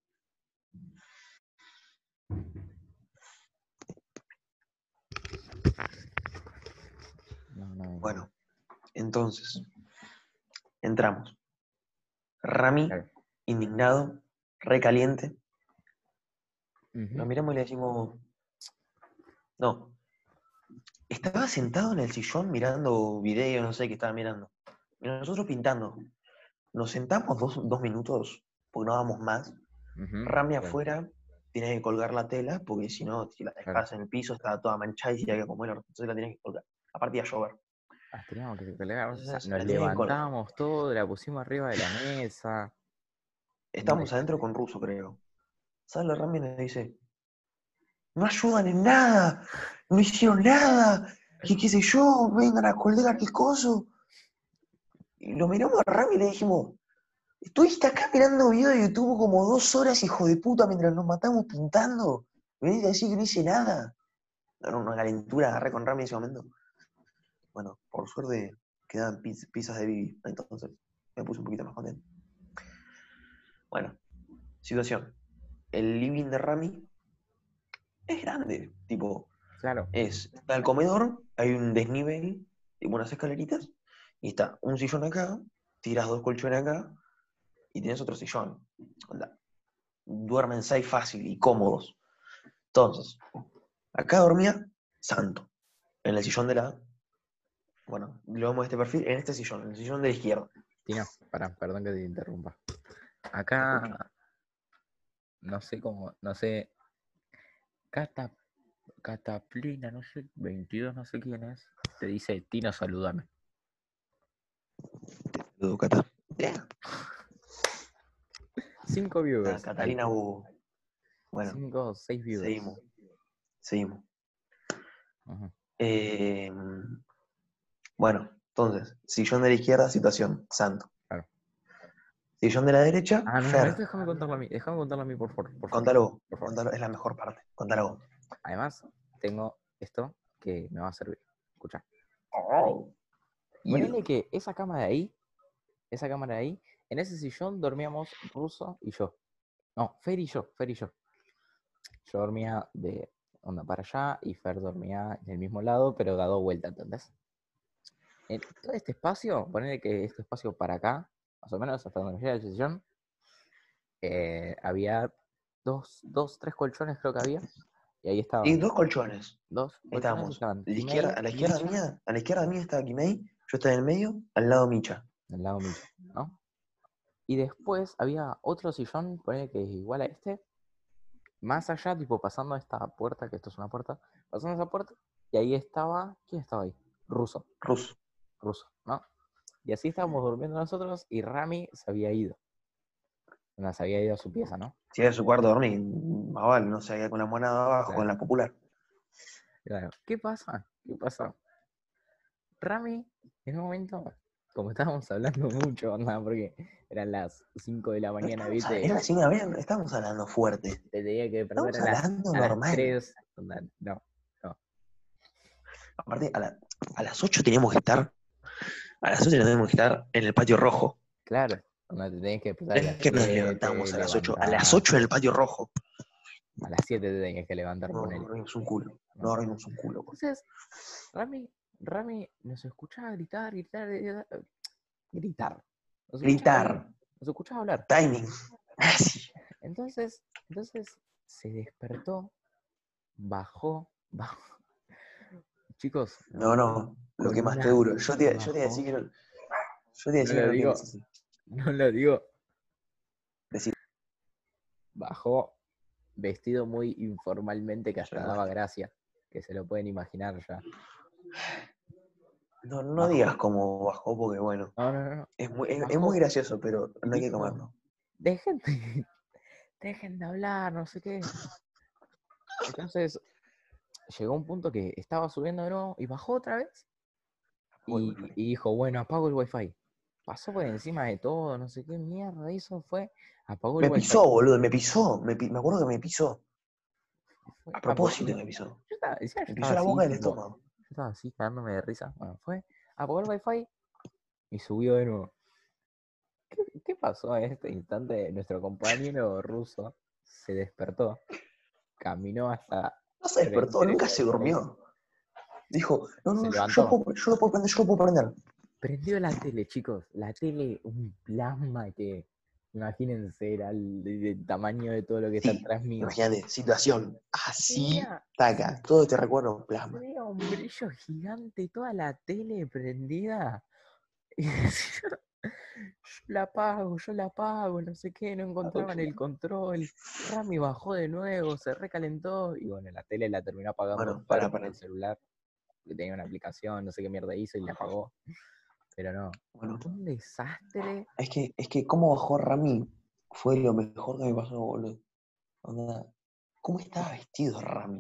No, no, Bueno, entonces, entramos. Rami, claro. indignado, recaliente, lo Ujú. miramos y le decimos, no, estaba sentado en el sillón mirando video, no sé qué estaba mirando. Y nosotros pintando. Nos sentamos 2 minutos, porque no damos más. Ujú. Rami Claro, afuera, tiene que colgar la tela, porque si no, si la claro. dejas en el piso, estaba toda manchada y se iba a comer, entonces la tienes que colgar. Aparte iba a llover. Teníamos que colgar, o sea, Entonces nos la tenía que colgar. levantamos todo, la pusimos arriba de la mesa. Estábamos adentro con Russo, creo. Sale Rami y nos dice, no ayudan en nada, no hicieron nada, que qué sé yo, vengan a colgar el coso. Y lo miramos a Rami y le dijimos, estuviste acá mirando video de YouTube como 2 horas, hijo de puta, mientras nos matamos pintando. Venís a decir que no hice nada. Era una calentura, agarré con Rami en ese momento. Bueno, por suerte quedaban pizzas de Bibi, entonces me puse un poquito más contento. Bueno, situación. El living de Rami es grande, tipo, Claro. está el comedor, hay un desnivel, tipo unas escaleritas, y está un sillón acá, tiras 2 colchones acá, y tienes otro sillón. Onda, duermen 6 fácil y cómodos. Entonces, acá dormía Santo, en el sillón de la... Bueno, lo vemos de este perfil, en este sillón, en el sillón de la izquierda. Tino, perdón que te interrumpa. Te escucho. Acá, no sé cómo, no sé, Cata, Cataplina, no sé, 22, no sé quién es, te dice, Tino, salúdame. Saludo, Cata. Yeah. 5 viewers. Catalina Hugo. Bueno, 5 o 6 viewers. seguimos. Ajá. Bueno, entonces, sillón de la izquierda, situación, Santo. Claro. Sillón de la derecha, Ah, no, Fer. esto déjame contarlo a mí, por favor. Contalo, Por favor. contalo, es la mejor parte. Contalo. Además, tengo esto que me va a servir. Escucha. Oh, Ponele que esa cámara de ahí, en ese sillón dormíamos Russo y yo. No, Fer y yo. Yo dormía de onda para allá y Fer dormía en el mismo lado, pero dado vuelta, ¿entendés? En todo este espacio, ponele que este espacio para acá, más o menos hasta donde me llega el sillón, había tres colchones creo que había, y ahí y estaban 2 colchones. dos Ahí colchones y estábamos. estaban A la izquierda, Kimei, Micha, a la izquierda mía estaba Kimei, yo estaba en el medio, al lado Micha. del lado Micha, ¿no? Y después había otro sillón, ponele que es igual a este, más allá, tipo pasando esta puerta, que esto es una puerta, pasando esa puerta, y ahí estaba, ¿quién estaba ahí? Russo, Ruso. ¿no? Y así estábamos durmiendo nosotros y Rami se había ido. No, se había ido a su pieza, ¿no? Si era su cuarto a dormir, más vale, no se había con la moneda abajo, Claro, con la popular. claro. ¿Qué pasa? Rami, en un momento, como estábamos hablando mucho, onda, porque eran las 5 de la No mañana, estamos, ¿viste? era así, a ver, estamos hablando fuerte. Te tenía que despertar Estamos hablando a las normal. 3. Onda, no. Aparte, a las 8 teníamos que estar. A las 8 teníamos que estar en el patio rojo. Claro, onda, te tenés que No despertar a es las que nos 7, levantamos a las 8. A las 8 en el levantarte. patio rojo. A las 7 te tenías que levantar, No, ponele. dormimos un culo. No ¿No? dormimos un culo. Entonces, Rami nos escuchaba gritar. Nos escuchaba hablar. Gritar. Nos escuchaba hablar. Timing. Así. Entonces se despertó, bajó. Chicos, No, no. Lo con quemaste una. duro. Yo te iba a decir Bajó. que no. Yo te iba a No decir que lo no digo, tienes así. no lo digo. Decir, Bajó vestido muy informalmente que hasta ya daba basta. gracia. Que se lo pueden imaginar ya. No, no digas Bajó. cómo bajó, porque bueno. No. Es muy Bajó gracioso, pero y no hay que dijo: comerlo. dejen, dejen de hablar, no sé qué. Entonces llegó un punto que estaba subiendo de nuevo y bajó otra vez Bueno, y dijo, bueno, apago el wifi. Pasó por encima de todo, no sé qué mierda hizo, apagó el me wifi. pisó, boludo, me pisó. Me acuerdo que me pisó. A Apagó. propósito me pisó. Encima yo Me estaba pisó la así, boca del tipo, estómago. yo estaba así, cagándome de risa. Bueno, apagó el wifi y subió de nuevo. ¿Qué pasó en este instante? Nuestro compañero ruso se despertó, caminó hasta No se despertó, prender el nunca se wifi, durmió. Dijo, no, se no, levantó. yo lo puedo prender, yo lo puedo prender. Prendió la tele, chicos. La tele, un plasma que, imagínense, era del tamaño de todo lo que está Sí, atrás mío. imagínate, situación. Así, Tenía, taca, todo este se, recuerdo plasma. tenía un brillo gigante, toda la tele prendida. Y decía, yo la apago, no sé qué, no encontraban el control. Rami bajó de nuevo, se recalentó. Y bueno, la tele la terminó apagando Bueno, Fer por para. el celular, que tenía una aplicación, no sé qué mierda hizo y la apagó. Pero no, Bueno, un desastre. es que cómo bajó Rami Fue lo mejor que me pasó, boludo. Onda, ¿cómo estaba vestido Rami?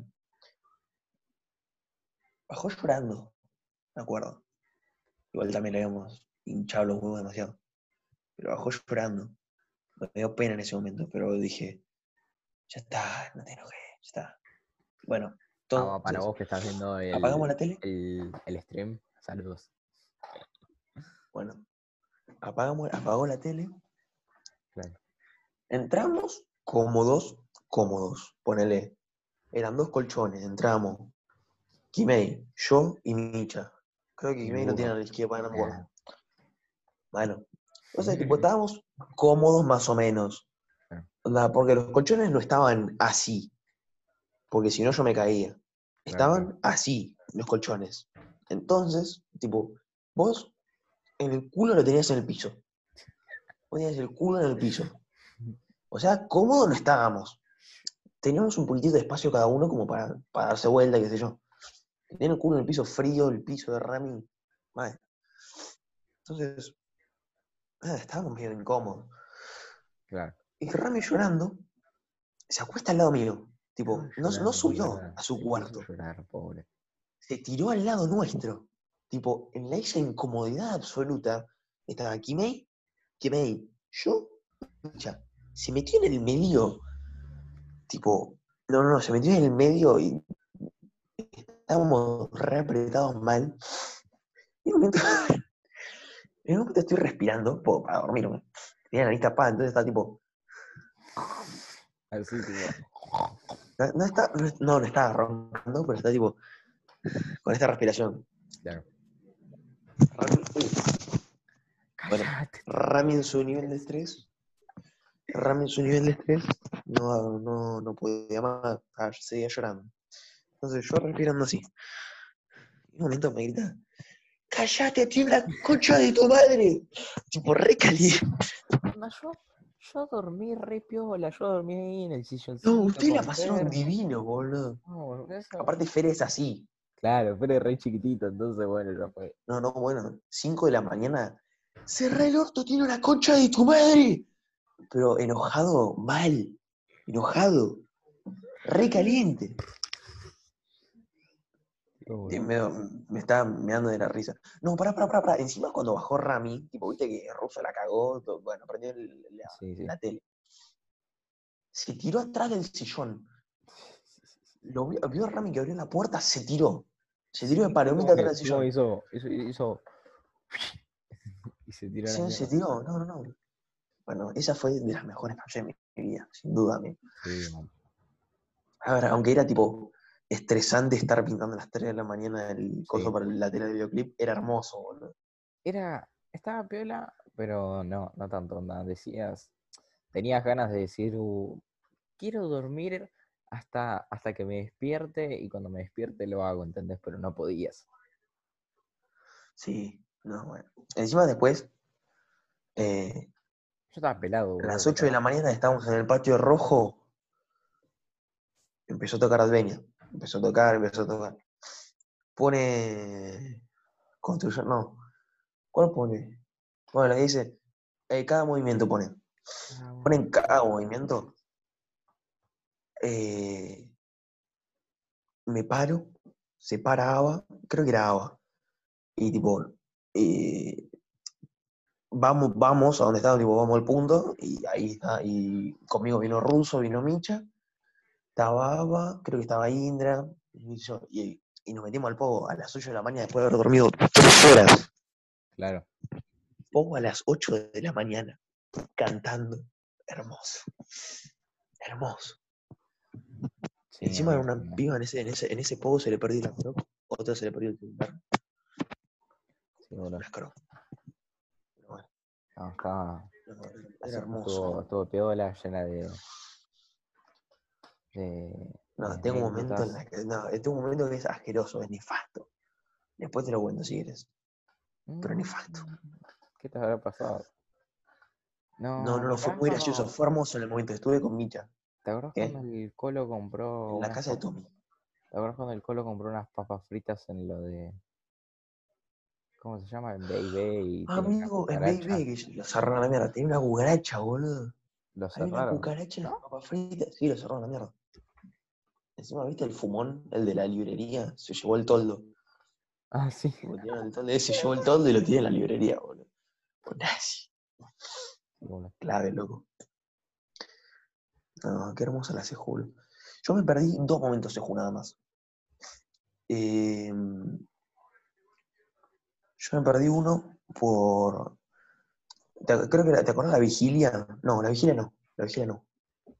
Bajó llorando, me acuerdo. Igual también le habíamos hinchado los huevos demasiado. Pero bajó llorando. Me dio pena en ese momento, pero dije, ya está, no te enojes, ya está. Bueno, Para entonces, vos que estás viendo apagamos la tele. el stream, saludos. Bueno, apagó la tele. Claro. Entramos cómodos, ponele. Eran 2 colchones, entramos. Kimei, yo y Micha. Creo que Y Kimei lo tiene burro. a la izquierda, no me Ah. acuerdo. Bueno, entonces, tipo, estábamos cómodos más o menos. Claro, Onda, porque los colchones no estaban así, porque si no yo me caía. claro. Estaban así, los colchones. Entonces, tipo, vos en el culo lo tenías en el piso. Vos tenías el culo en el piso. O sea, cómodo no estábamos. Teníamos un poquitito de espacio cada uno como para darse vuelta, qué sé yo. Tenía el culo en el piso frío, el piso de Rami. Madre. Entonces, estábamos medio incómodos. Claro. Y Rami llorando, se acuesta al lado mío. Estaba Tipo, no llorando, subió boludo. a su Se puso a cuarto. llorar, pobre. Se tiró al lado nuestro. Tipo, en esa incomodidad absoluta, estaba Kimei, yo, Micha. Se metió en el medio. Tipo, no, se metió en el medio y estábamos re apretados mal. Y en un momento, en un momento estoy respirando para dormirme. Tenía la nariz tapada, entonces está tipo. Así, tipo. No estaba roncando, pero está tipo con esta respiración. Claro. Rami, bueno, Cállate. Rami en su nivel de estrés. Rami en su nivel de estrés no podía más, seguía llorando. Entonces yo respirando así. En un momento me grita, ¡cállate, tiene la concha de tu madre! Tipo, re caliente. No, yo dormí re piola, yo dormí ahí en el No, silloncito ustedes la con pasaron Fer. divino, boludo. No, boludo, eso. Aparte, Fer es así. Claro, Fer es re chiquitito, entonces bueno, ya fue. No, bueno, 5 de la mañana. Cerrá el orto, tiene una concha de tu madre. Pero enojado, mal. Enojado. Re caliente. Pobre. Me estaba meando de la risa. No, pará. Encima cuando bajó Rami, tipo, viste que Russo la cagó, bueno, prendió Sí, sí. la tele. Se tiró atrás del sillón. Vio a Rami que abrió la puerta, se tiró. Se tiró de Sí, fue palomita como que, atrás del fue como sillón. hizo y se tiró a la Se mierda. tiró, no. Bueno, esa fue de las mejores noches de mi vida, sin duda, amigo. Sí, man. A ver, aunque era tipo estresante estar pintando a las 3 de la mañana el coso Sí. para la tele de videoclip, era hermoso, boludo. Estaba piola, pero no tanto, onda. Tenías ganas de decir, quiero dormir hasta que me despierte y cuando me despierte lo hago, ¿entendés? Pero no podías. Sí, no, bueno. Encima después, eh, Yo estaba pelado, a boludo, las ¿te 8 de acordás? la mañana estábamos en el patio rojo, empezó a tocar Advenia. Empezó a tocar. Pone. Construcción, no. ¿Cuál pone? Bueno, le dice. Cada movimiento pone. Ah, Ponen cada movimiento. eh, Me paro. Se para Ava. Creo que era Ava. Y tipo. eh, vamos a donde estaba, tipo, vamos al punto. Y ahí está. Y conmigo vino Russo, vino Micha. Estaba Ava. Creo que estaba Indra. Y nos metimos al pogo a las 8 de la mañana después de haber dormido 3 horas. claro. Pogo a las 8 de la mañana. Cantando. Hermoso. Hermoso. Sí, Encima de amigo. una piba en ese pogo se le perdió la croc, otra se le perdió el celular. Sí, boludo. La croc. Pero bueno, No, estaba. no, era Así hermoso. estuvo piola, llena de No, tengo un momento en anécdotas. la que. No, tengo un momento que es asqueroso, es nefasto. Después te lo cuento si quieres. Pero Mm, nefasto. ¿Qué te habrá pasado? No, No, no, ¿te no, fue acordás muy gracioso. cuando, Fue hermoso en el momento. Estuve con Micha. te acordás cuando ¿Qué? el Colo compró En la casa de Tommy. ¿te acordás cuando el Colo compró unas papas fritas en lo de, ¿cómo se llama? En B&B y tenía una Amigo, en cucaracha. Baby, que lo cerraron a la mierda. Tenía una cucaracha, boludo. Lo Hay una cerraron, cucaracha en las ¿no? papas fritas. Sí, lo cerraron la mierda. Encima, ¿viste el fumón, el de la librería? Se llevó el toldo. Ah, sí. Tipo, tiraron el toldo, se llevó el toldo y lo tiró en la librería, boludo. Por nazi. Sí, boludo. Clave, loco. No, qué hermosa la Seju. Yo me perdí 2 momentos Seju nada más. Eh, yo me perdí uno por. Creo que ¿te acordás la vigilia? No, la vigilia no. La vigilia no.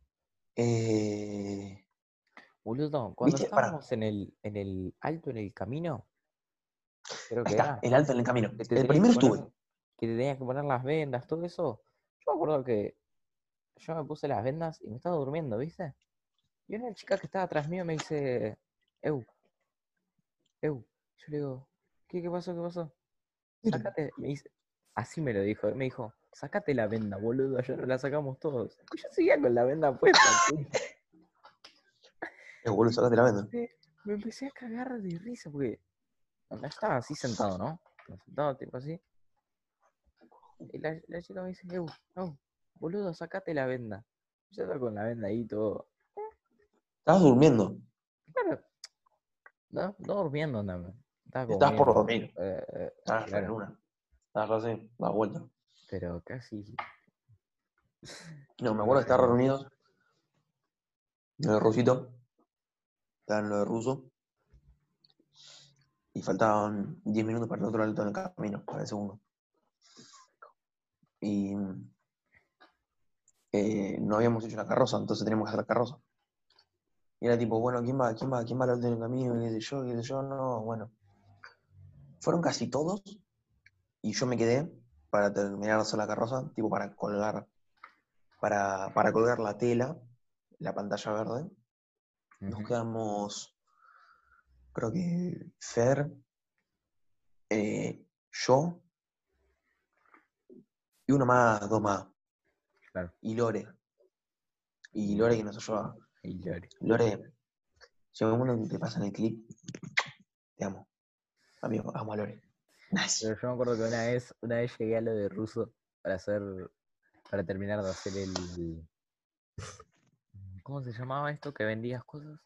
Boludo, cuando ¿Viste? Pará. estábamos en el alto, en el camino, creo Ahí que está, era, el alto en el camino. que te El tenías que primero poner, estuve. que te tenías que poner las vendas, todo eso. Yo me acuerdo que yo me puse las vendas y me estaba durmiendo, ¿viste? Y una chica que estaba atrás mío me dice, Eu, Eu. Yo le digo, ¿qué pasó? ¿Qué pasó? Sácate, me dice, así me lo dijo, me dijo, sácate la venda, boludo, ayer nos la sacamos todos. Y yo seguía con la venda puesta, puta. Boludo, sacate la venda. Me empecé a cagar de risa porque onda, estaba así sentado, ¿no? Sentado, tipo así. Y la chica me dice, no, boludo, sacate la venda. Yo estaba con la venda ahí todo. Estabas durmiendo. Claro, no durmiendo, nada. Estaba como Estabas por medio, dormir. Estabas en claro, una. Estabas así, da vuelta. pero casi. No, me acuerdo de estar Pero, reunidos en el rusito. Estaban en lo de ruso. Y faltaban 10 minutos para el otro lado del camino, para el segundo. Y no habíamos hecho la carroza, entonces teníamos que hacer la carroza. Y era tipo, bueno, ¿quién va al otro del camino? Qué sé yo, no, bueno. Fueron casi todos y yo me quedé para terminar de hacer la carroza, tipo para colgar la tela, la pantalla verde. Nos ujú, quedamos, creo que Fer, yo y uno más, dos más. claro. Y Lore. Y Y, Lore que nos ayudaba. y lloré. Lore, si algún momento te pasa en el clip, te amo. Amigo, amo a Lore. Nice. Pero yo me acuerdo que una vez llegué a lo de ruso para hacer, para terminar de hacer el, ¿cómo se llamaba esto? Que vendías cosas.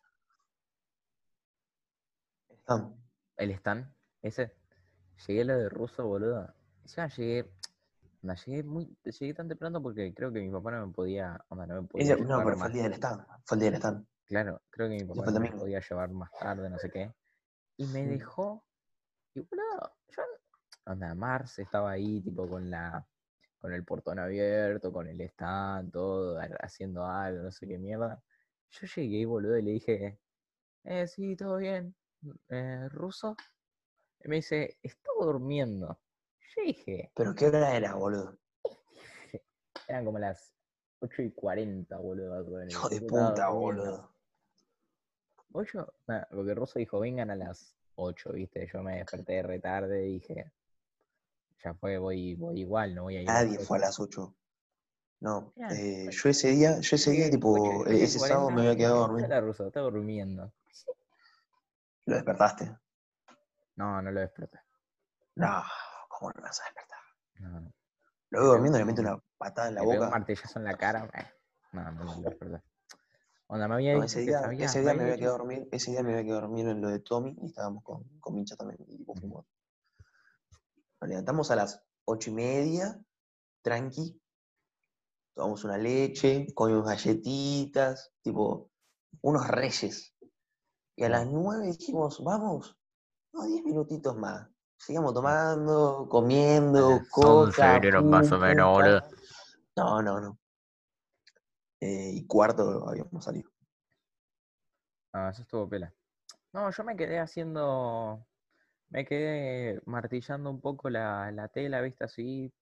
Están. El stand, ese. Llegué a lo de ruso, boludo. Ya llegué, onda, llegué tan temprano porque creo que mi papá no me podía, onda, no me podía No, llevar pero fue más. el día del stand. Fue el día del stand. Claro, creo que mi Ese papá fue el no me domingo. podía llevar más tarde, no sé qué. Y me Mm. dejó, y boludo, yo, onda, Marce estaba ahí, tipo, con el portón abierto, con el stand, todo, haciendo algo, no sé qué mierda. Yo llegué, boludo, y le dije, sí, todo bien, ruso. Y me dice, estaba durmiendo. Yo dije, Pero qué hora era, boludo. eran como las 8:40, boludo. Hijo de Yo estaba puta, durmiendo. boludo. 8, porque Rosso dijo, vengan a las 8, ¿viste? Yo me desperté re tarde y dije, ya fue, voy igual, no voy a ir a las Nadie fue a 8. las 8. No. Eran Yo ese día, tipo, 8 y ese sábado me 40 había y quedado a dije, dormir. hola Russo, estaba durmiendo. Lo despertaste. No, no lo desperté. No, ¿cómo no me vas a despertar? No, no. Lo veo Le pegué durmiendo, le meto un, una patada en la le pegué un boca. martillazo en la cara. No lo desperté. Onda, me había No, dicho ese que día, sabía, ese me día me había había dicho. quedado a dormir, ese día me había quedado a dormir en lo de Tommy y estábamos con Mincha también. Y tipo Ujú. fuimos. Nos levantamos a las 8:30, tranqui, tomamos una leche, comimos galletitas, tipo, unos reyes. Y a las Claro. 9 dijimos, vamos, no, 10 minutitos más. Seguimos Sí. tomando, A comiendo, las 11 coca, vinieron más o pum, menos, pum, pa. boludo. No, no, no. Y cuarto habíamos salido. Ah, eso estuvo pela. No, yo me quedé haciendo. Me quedé martillando un poco la tela, ¿viste? Así.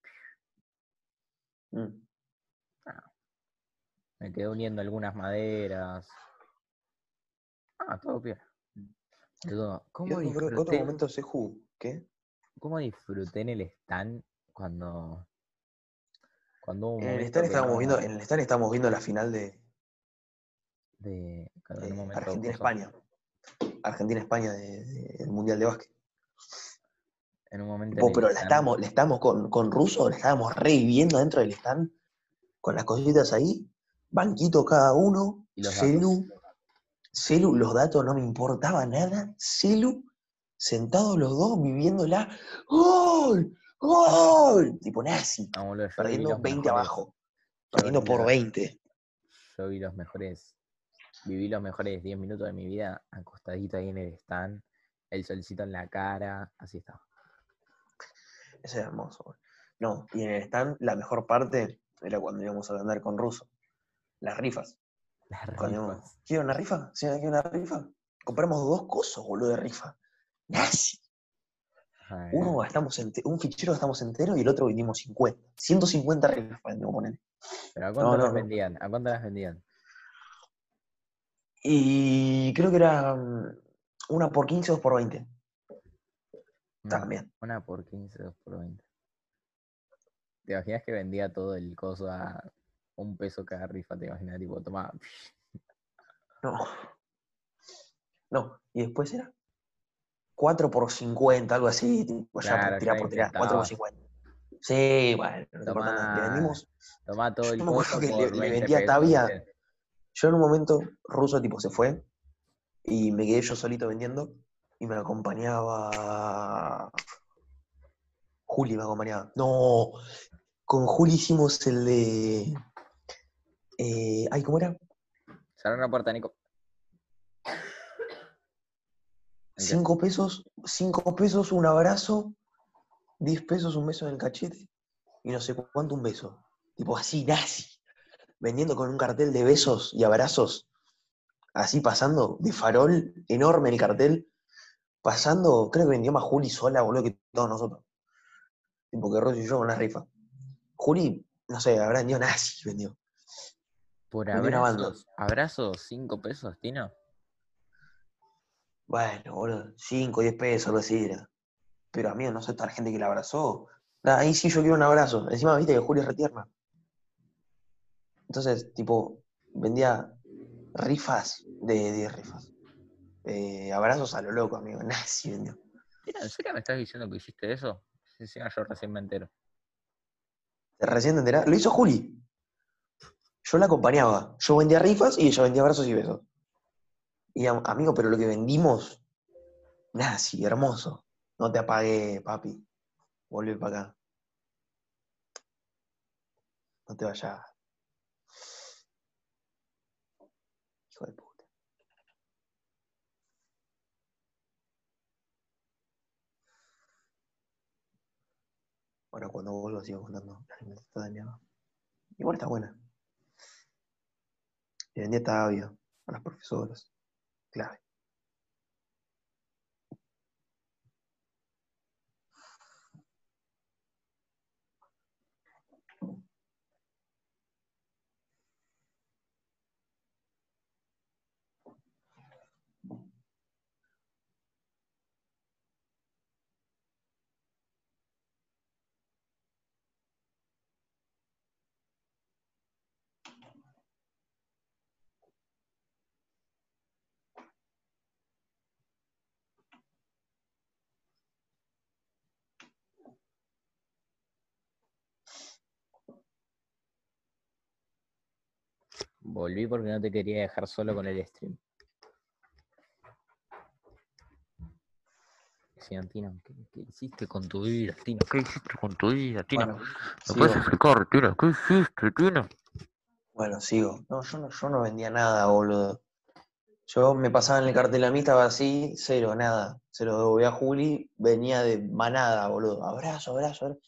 Mm. Ah, me quedé uniendo algunas maderas. Todo piola. Boludo, Y otro momento se jugó, ¿qué? cómo disfruté en el stand cuando hubo un En el momento stand que estábamos viendo, no. en el stand estábamos viendo la final Cuando en un de momento cosa. Argentina-España. Argentina-España del Mundial de Básquet. En un momento en Tipo, el pero stand. la estábamos con Russo, la estábamos reviviendo dentro del stand. con las cositas ahí, banquito cada uno, ¿Y los datos? los datos no me importaba nada, sentados los dos viviéndola, ¡gol! ¡Gol! Tipo nazi, No, boludo, yo viví perdiendo los 20 mejores. abajo, Yo perdiendo por 20. yo vi los mejores. Viví los mejores 10 minutos de mi vida acostadito ahí en el stand, el solcito en la cara, así estaba. Eso es hermoso, güey. No, y en el stand la mejor parte era cuando íbamos a andar con Russo, las rifas. Las Cuando íbamos, rifas. ¿quiero una rifa? ¿Sí, quiero una rifa? Compramos 2 cosos, boludo, de rifa. Nazi. Ay, Un fichero gastamos entero y el otro vendimos 50. 150 rifas vendimos, ponele. pero ¿a No, cuánto no, las no. vendían? ¿A cuánto las vendían? Y creo que era una por 15, 2 por 20. Una, También. una por 15, dos por 20. ¿Te imaginas que vendía todo el coso a $1 cada rifa? ¿Te imaginas? Tipo, toma. No, no. Y después era 4 por 50, algo así, tipo, ya por Claro, tirar ya por tirar. 4 por inventabas. 50. Sí, bueno, no te importa nada. Le Toma, vendimos. toma todo el Yo me acuerdo coso que por le 20 vendí a pesos, Tavia. ¿viste? Yo en un momento, Russo tipo se fue y me quedé yo solito vendiendo y me acompañaba. Juli me acompañaba. No, con Juli hicimos el de. Ay, ¿cómo era? Cerrar una puerta, Nico. ¿En qué? 5 pesos, 5 pesos un abrazo, 10 pesos un beso en el cachete y no sé cuánto un beso. Tipo así, nazi. Vendiendo con un cartel de besos y abrazos, así pasando, de farol, enorme el cartel, pasando, creo que vendió más Juli sola, boludo, que todos nosotros. Tipo que Rosy y yo con la rifa. Juli, no sé, habrá vendido nazi, vendió. Por Vendió una banda. abrazos, 5 pesos, Tino. Bueno, boludo, 5, 10 pesos, algo así era. Pero amigo, no sé toda la gente que la abrazó. Nah, ahí sí yo quiero un abrazo. Encima, viste que Juli es retierna. Entonces, tipo, vendía rifas de 10 rifas. Abrazos a lo loco, amigo. Nazi vendió. Tino, ¿en serio me estás diciendo que hiciste eso? Sí, sí, yo recién me entero. Recién te enterás. Lo hizo Juli. Yo la acompañaba. Yo vendía rifas y ella vendía abrazos y besos. Y amigo, pero lo que vendimos, nazi, hermoso. No te apagué, papi. Volví para acá. No te vayas, hijo de puta. Bueno, cuando vuelvo sigo contando la anécdota de mi mamá. Igual está buena. Le vendía Tabia a las profesoras. Clave. Volví porque no te quería dejar solo con el stream. Decían, Tino, ¿qué hiciste con tu vida, Tino? ¿Qué hiciste con tu vida, Tino? Bueno, ¿Me puedes sigo. explicar, Tino? ¿Qué hiciste, Tino? Bueno, sigo. No, yo no vendía nada, boludo. Yo me pasaba en el cartel a mí, estaba así, cero, nada. Se lo devolví a Juli, venía de manada, boludo. Abrazo, abrazo, abrazo.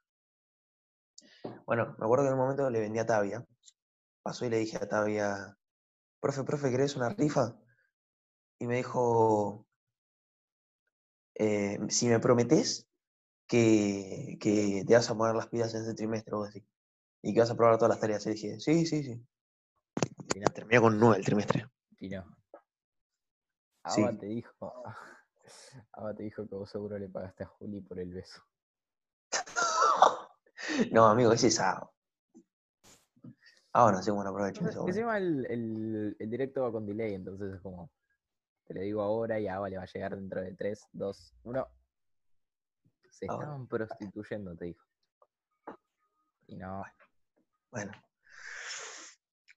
Bueno, me acuerdo que en un momento le vendí a Tavia. Pasó y le dije a Tavia, profe, ¿querés una rifa? Y me dijo, si me prometés que te vas a poner las pilas en este trimestre o algo así, y que vas a probar todas las tareas. Y dije, sí, sí, sí. Tino, Terminó con 9 el trimestre. Tino. Aba Sí. te dijo, Aba te dijo que vos seguro le pagaste a Juli por el beso. No, amigo, ese es sábado. Ah, bueno, sí, bueno, aprovechen eso, bueno. Encima el directo va con delay, entonces es como, te lo digo ahora y a Aba le va a llegar dentro de 3, 2, 1. Se Ahora, estaban prostituyendo, te dijo. Y no, bueno.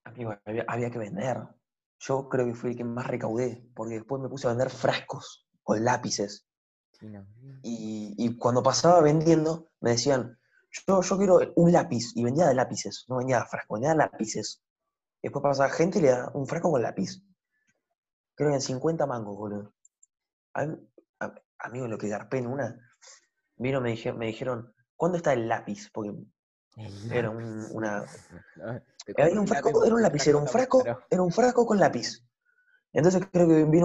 Amigo, había que vender. Yo creo que fui el que más recaudé, porque después me puse a vender frascos con lápices. Sí, no. Y cuando pasaba vendiendo, me decían, yo quiero un lápiz, y vendía de lápices, no vendía frascos, vendía lápices. Y después pasaba gente y le da un frasco con lápiz. Creo que en 50 mangos, boludo. A mí- amigo, lo que garpé en una, vino, me dijeron, ¿cuándo está el lápiz? Porque El era lápiz. una... No, te Había compro un un lápiz frasco, era porque un el lapicero, frasco está muy caro. era un frasco con lápiz. Entonces creo que vino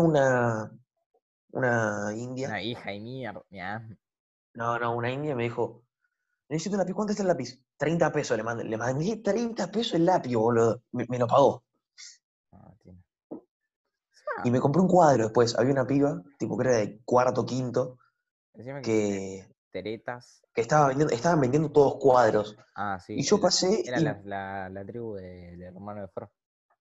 una india. Una hija y mierda. Ya. No, una india me dijo, necesito un lápiz, ¿cuánto está el lápiz? 30 pesos le mandé 30 pesos el lápiz, boludo. Me lo pagó. No, tiene. Y Ah, me compré un cuadro después. Había una piba, tipo que era de cuarto, quinto, decime que hiciste que, teretas. que estaban vendiendo todos cuadros. Ah, sí, Y yo pasé era y... la tribu de hermano de Fro.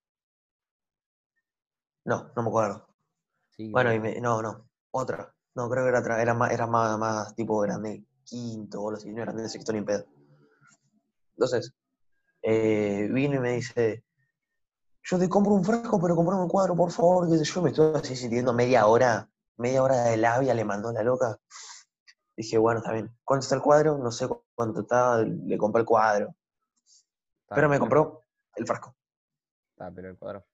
No me acuerdo. Sí, Bueno, boludo. no, otra. No, creo que era otra. Era más tipo grande quinto o algo así. No era grande sexto ni en pedo. Entonces, vino y me dice, yo te compro un frasco, pero comprame un cuadro, por favor, qué sé yo. Me estuve así sintiendo media hora de labia, le mandó la loca. Dije, bueno, está bien. ¿Cuánto está el cuadro? No sé cuánto está, le compré el cuadro. Estaba Pero me pero, compró el frasco. estaba pero el cuadro.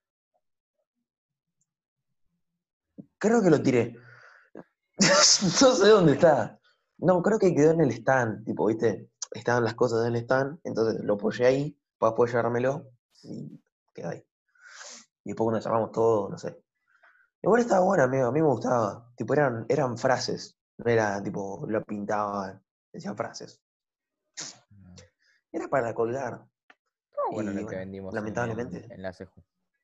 Creo que lo tiré. No sé dónde está. No, creo que quedó en el stand, tipo, ¿viste? Estaban las cosas en el stand, entonces lo apoyé ahí, para después llevármelo y quedó ahí. Y después cuando desarmamos todo, no sé. Igual estaba bueno, amigo, a mí me gustaba. Tipo, eran frases, no era tipo, lo pintaban, decían frases. No. Era para colgar. Estuvo bueno Y lo que bueno, vendimos lamentablemente, en la CEJU.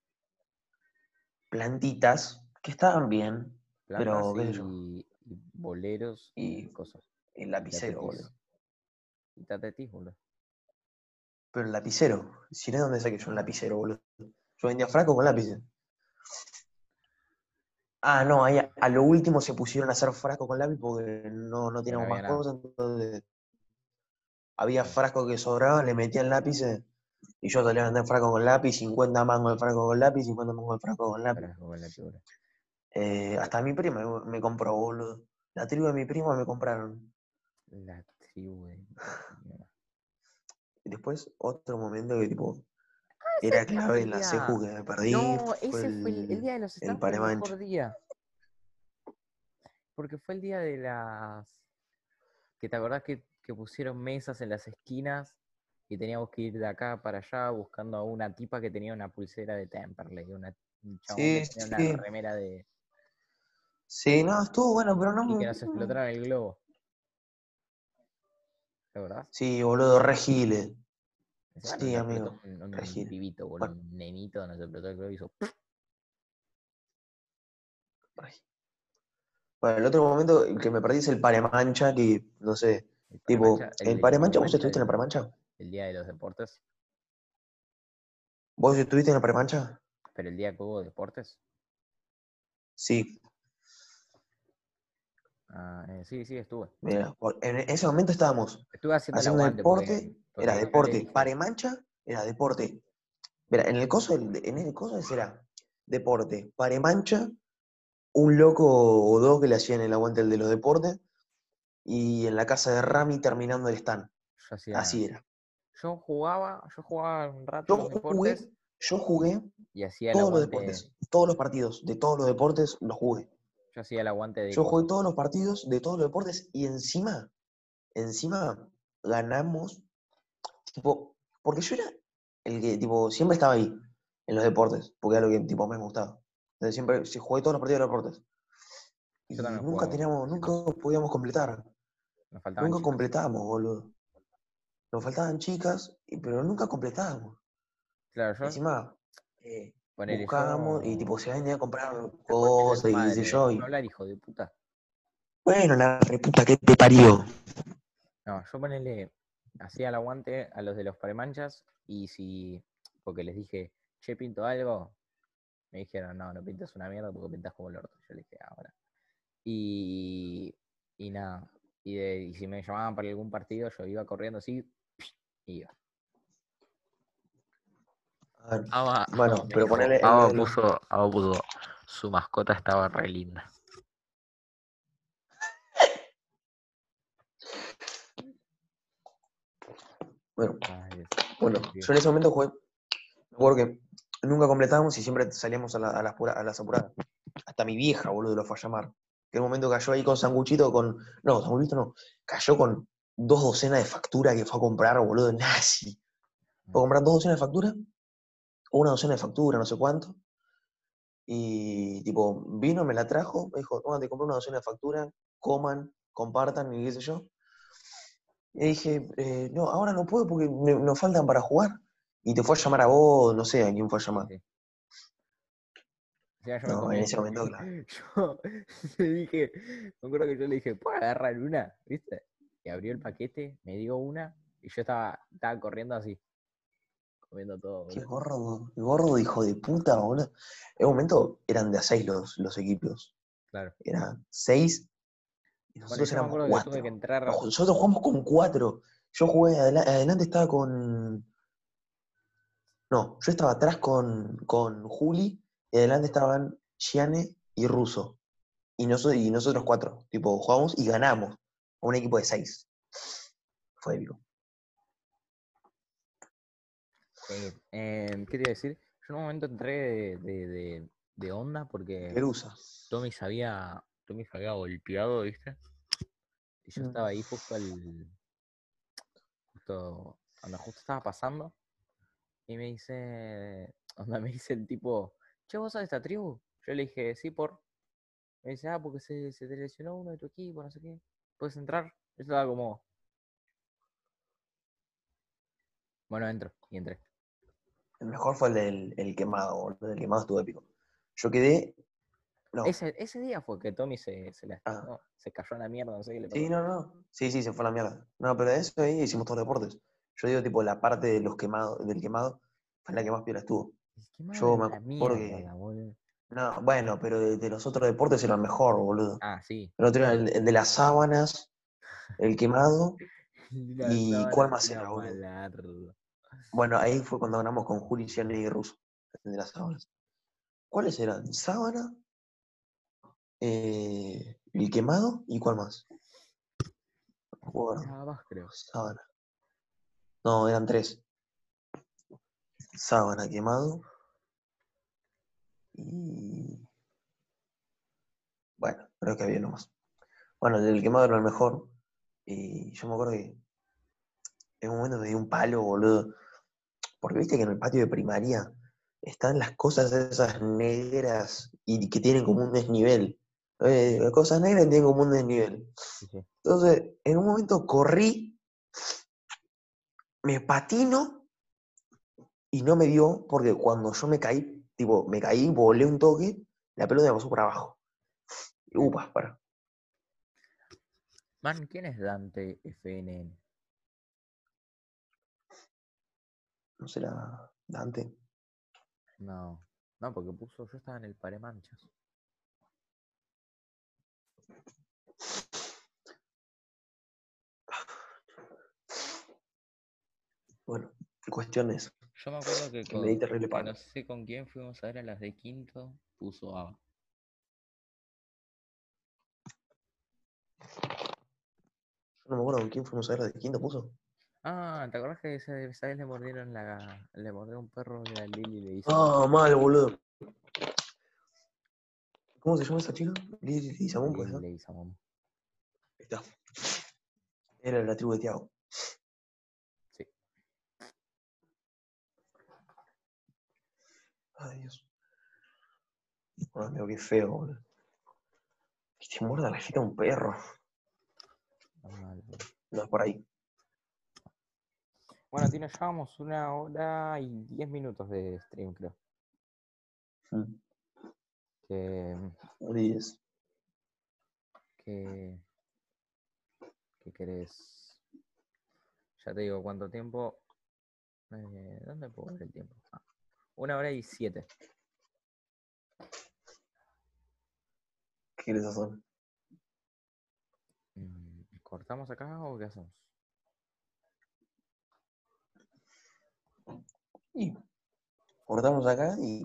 plantitas que estaban bien, Plantas pero qué sé yo. y boleros y Y cosas. el Y lapicero, tatetis. boludo. Y tatetis, boludo. Pero el lapicero, si no, ¿de dónde saqué yo un lapicero, boludo? Yo vendía frasco con lápices. Ah, no, ahí a lo último se pusieron a hacer frasco con lápiz porque no Porque no teníamos había más nada. cosas, entonces había Sí. frascos que sobraban, le metían lápices y yo solía vender frasco con lápiz, 50 mangos de frasco con lápiz, 50 mangos de frasco con lápiz. Frasco con la figura. Hasta mi prima me compró, boludo. La tribu de mi prima me compraron. La tribu de... Y después, otro momento que tipo ¿Sabes era cuál fue clave el en la día? CEJU que me perdí No, fue ese fue el día de los el stands fue el mejor paremancha. día. Porque fue el día de las... Que te acordás que pusieron mesas en las esquinas y teníamos que ir de acá para allá buscando a una tipa que tenía una pulsera de Temperley, un chabón que Sí, tenía una sí. remera de... Sí, no, estuvo bueno, pero Y no. que nos explotaron el globo. ¿Te acordás? Sí, boludo, re giles. Encima nos Sí, lo explotó amigo, re un giles. pibito, boludo, Bueno, un nenito, nos explotó el globo y hizo... re giles. Bueno, el otro momento que me perdí es el paremancha, que no sé, El tipo, paremancha, el paremancha, ¿vos estuviste en el el, paremancha? el día de los deportes. ¿Vos estuviste en el paremancha? Pero el día que hubo deportes. Sí, Sí, sí, estuve. mira, en ese momento estábamos Estuve haciendo el haciendo aguante deporte, era porque yo le deporte, dije, paremancha, era deporte. Mira, en el coso ese era deporte, paremancha, un loco o dos que le hacían el aguante el de los deportes, y en la casa de Rami terminando el stand. yo hacía, Así era. yo jugaba un rato Yo los jugué, deportes yo jugué y hacía el todos los aguante, deportes, todos los partidos de todos los deportes los jugué. yo hacía el aguante de Yo jugué cosas. todos los partidos de todos los deportes y encima ganamos, tipo, porque yo era el que, tipo, siempre estaba ahí en los deportes, porque era lo que, tipo, me gustaba. Entonces siempre, sí, jugué todos los partidos de los deportes. Yo Y también nunca jugaba teníamos, casi nunca todos. podíamos completar. Nos faltaban Nunca chicas. completábamos, boludo. Nos faltaban chicas, pero nunca completábamos. Claro, yo, Encima, eh, ponele, buscábamos y yo, tipo se venía a comprar la concha de tu cosas y qué sé madre, yo. dejame hablar, hijo de puta. Bueno, la reputa que te parió. No, yo ponele, hacía el aguante a los de los paremanchas y si, porque les dije, che, pinto algo, me dijeron, no, no pintas una mierda porque pintas como el orto. Yo le dije, ahora. Y, y nada, y si me llamaban para algún partido, yo iba corriendo así, y iba. A ver, Ava, bueno, Ava me pero dijo, ponele el modelo. Ava puso, su mascota estaba re linda. Bueno, Ay, bueno, Dios mío. yo en ese momento jugué, me acuerdo que nunca completábamos y siempre salíamos a las apuradas. Hasta mi vieja, boludo, lo fue a llamar. Que en un momento cayó ahí con sanguchito, con. No, sanguchito no. Cayó con 2 docenas de facturas que fue a comprar, boludo, nazi. Fue a comprar 2 docenas de facturas, o una docena de facturas, no sé cuánto. Y tipo, vino, me la trajo, me dijo, toma, te compré una docena de facturas, coman, compartan y qué sé yo. Y dije, no, ahora no puedo porque nos faltan para jugar. Y te fue a llamar a vos, no sé a quién fue a Sí, llamar. sí. Encima yo me No, en comí. ese momento, claro. Yo le dije, me acuerdo que yo le dije, ¿puedo agarrar una? ¿Viste? Y abrió el paquete, me dio una y yo estaba corriendo así, comiendo todo, boludo. Qué gordo, hijo de puta, boludo. En un momento eran de a 6 los equipos. Claro. Eran 6 y Bueno, nosotros yo me éramos acuerdo que tuve que 4. entrar. Nosotros jugamos con 4. Yo jugué, adelante estaba con. No, yo estaba atrás con Juli y adelante estaban Gianne y Russo. Y nosotros 4. Tipo, jugamos y ganamos a un equipo de 6. Fue épico. ¿Qué te iba a decir? Yo en un momento entré de onda porque Perusa. Tommy se había golpeado, ¿viste? Y yo Mm. estaba ahí justo estaba pasando y me dice, onda, me dice el tipo, che, ¿vos sos de esta tribu? Yo le dije, sí, por. Me dice, porque se te lesionó uno de tu equipo, no sé qué. ¿Puedes entrar? Yo estaba como, bueno, entro. Y entré. El mejor fue el quemado, boludo. El quemado estuvo épico. Yo quedé. No. Ese día fue que Tommy se Ah, lastimó, se cayó a la mierda, no sé qué le sí, pasó. no, no. Sí, sí, se fue a la mierda. No, pero de eso ahí hicimos todos los deportes. Yo digo, tipo, la parte de los quemados, del quemado fue la que más piola estuvo. El quemado Yo era me una acuerdo mierda, que. boludo. No, bueno, pero de los otros deportes era el mejor, boludo. Ah, sí. El otro era el de las sábanas, el quemado, Las y ¿cuál sábanas más era era, boludo? malardo. Bueno, ahí fue cuando ganamos con Juli, Gianni y Russo, el de las sábanas. ¿Cuáles eran? Sábana, el quemado y ¿cuál más? No me acuerdo. Nada más, creo. Sábana. No, eran 3. Sábana, quemado y. Bueno, creo que había uno más. Bueno, el del quemado era el mejor. Y yo me acuerdo que en un momento me dio un palo, boludo. Porque viste que en el patio de primaria están las cosas esas negras y que tienen como un desnivel. Sí, Las cosas negras tienen como un desnivel. sí, sí. Entonces, en un momento corrí, me patino y no me dio porque cuando yo me caí, tipo, me caí, volé un toque, la pelota me pasó por abajo. Y, Sí. upa, para. Man, ¿quién es Dante FNN? ¿No será Dante? No, no, porque puso, yo estaba en el Paremanchas. Bueno, cuestión es Yo me acuerdo que que me di terrible que no palo. sé con quién fuimos a ver a las de quinto, puso Ava. Yo no me acuerdo con quién fuimos a ver la de quinto puso. Ah, ¿te acuerdas que esa vez le mordió un perro y a Lili le hizo Ah, moco? mal, boludo. ¿Cómo se llama esa chica? Lili Samón, pues, Lili ¿no? le hizo moco. Ahí está. Era de la tribu de Tiago. Sí. Ay, Dios. Ah, mira qué feo, boludo. Que te muerda la jeta un perro. Está mal, boludo. No es por ahí. Bueno, Tino, llevamos 1 hora y 10 minutos de stream, creo. Mm. Que, Urias. que, que querés. Ya te digo cuánto tiempo. ¿Dónde puedo ver el tiempo? 1 hora y 7. ¿Qué quieres hacer? ¿Cortamos acá o qué hacemos? Y Cortamos acá y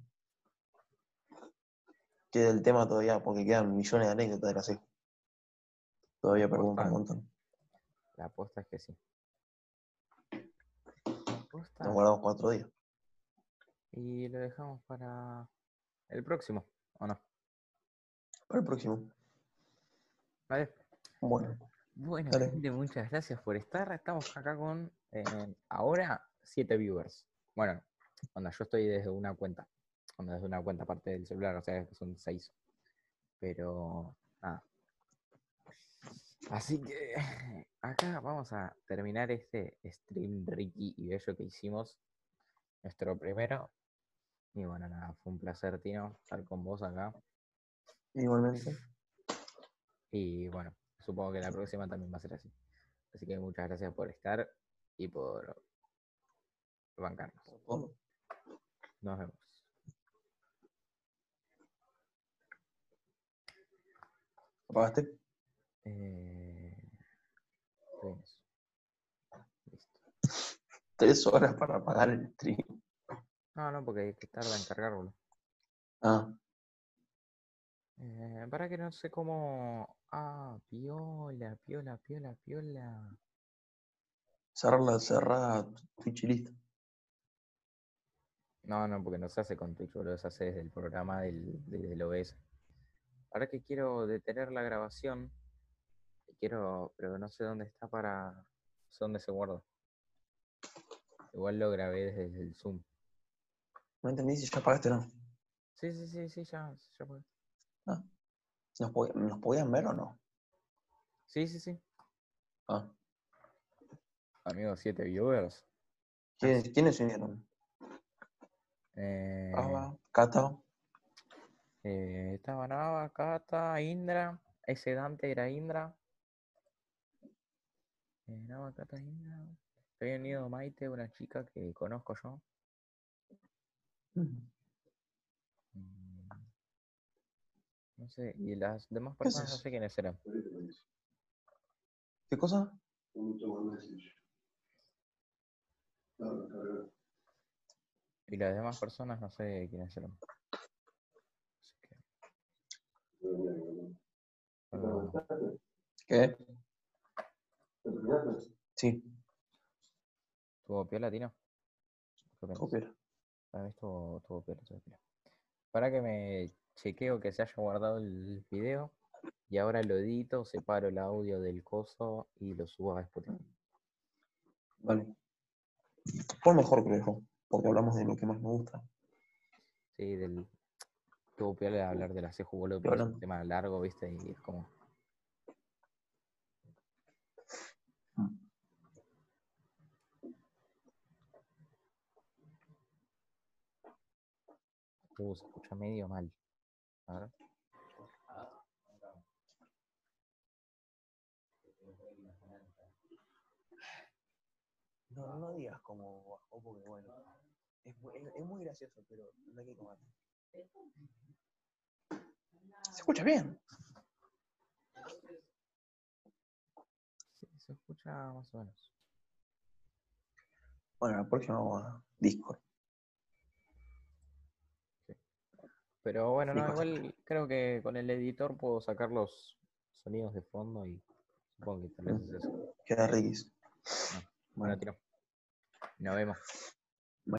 queda el tema todavía, porque quedan millones de anécdotas de la ceja. Todavía perdón para un montón. La apuesta es que sí. Nos guardamos 4 días. Y lo dejamos para el próximo, ¿o no? Para el próximo. Vale. Bueno, Bueno, dale. gente, muchas gracias por estar. Estamos acá con ahora 7 viewers. Bueno, cuando yo estoy desde una cuenta. Cuando desde una cuenta aparte del celular, o sea que son 6. Pero nada. Así que acá vamos a terminar este stream Ricky y Bello que hicimos. Nuestro primero. Y bueno, nada, fue un placer, Tino, estar con vos acá. Igualmente. Y bueno, supongo que la próxima también va a ser así. Así que muchas gracias por estar y por bancarnos. Todo. Nos vemos. ¿Apagaste? Estoy en eso. Listo. 3 horas para apagar el stream. No, porque hay que tarda en cargarlo. Ah, Para que no sé cómo. Ah, piola, piola, piola, piola. cerrar Twitch y listo. No, porque no se hace con Twitch, boludo, se hace desde el programa desde el OBS. Ahora que quiero detener la grabación, pero no sé dónde está no sé dónde se guarda. Igual lo grabé desde el Zoom. No entendí si ya apagaste o no. Sí, ya puedo. Ah, ¿nos podían ver o no? Sí. Ah, Amigos, 7 viewers. ¿quiénes se unieron? Eh, Cata. Estaba Nava, Kata, Indra. Ese Dante era Indra. Nava, Kata, Indra. Había unido Maite, una chica que conozco yo. Mm, No sé, y las demás ¿Qué personas no haces? sé quiénes eran. ¿Qué cosa? Y las demás personas no sé quiénes eran. Así que, ¿Qué? Sí, ¿Tuvo piola, Tino? ¿Qué opinas? copiar. Para mí estuvo piola. Para que me chequeo que se haya guardado el video. Y ahora lo edito, separo el audio del coso y lo subo a Spotify. Vale. Fue mejor, creo yo, porque hablamos de lo que más me gusta. Sí, tuvo piola hablar de la CEJU, boludo, Estoy porque es un hablando. tema largo, ¿viste? Y es como. Se escucha medio mal. A ver. No digas como bajó, porque bueno, es muy gracioso, pero no hay que comer. ¿Se escucha bien? Sí, se escucha más o menos. Bueno, la próxima vamos a Discord. Sí. Pero bueno, no, Discord igual creo que con el editor puedo sacar los sonidos de fondo y supongo que tal vez es eso. Queda riquis. Bueno, Bueno, tiro. Nos vemos.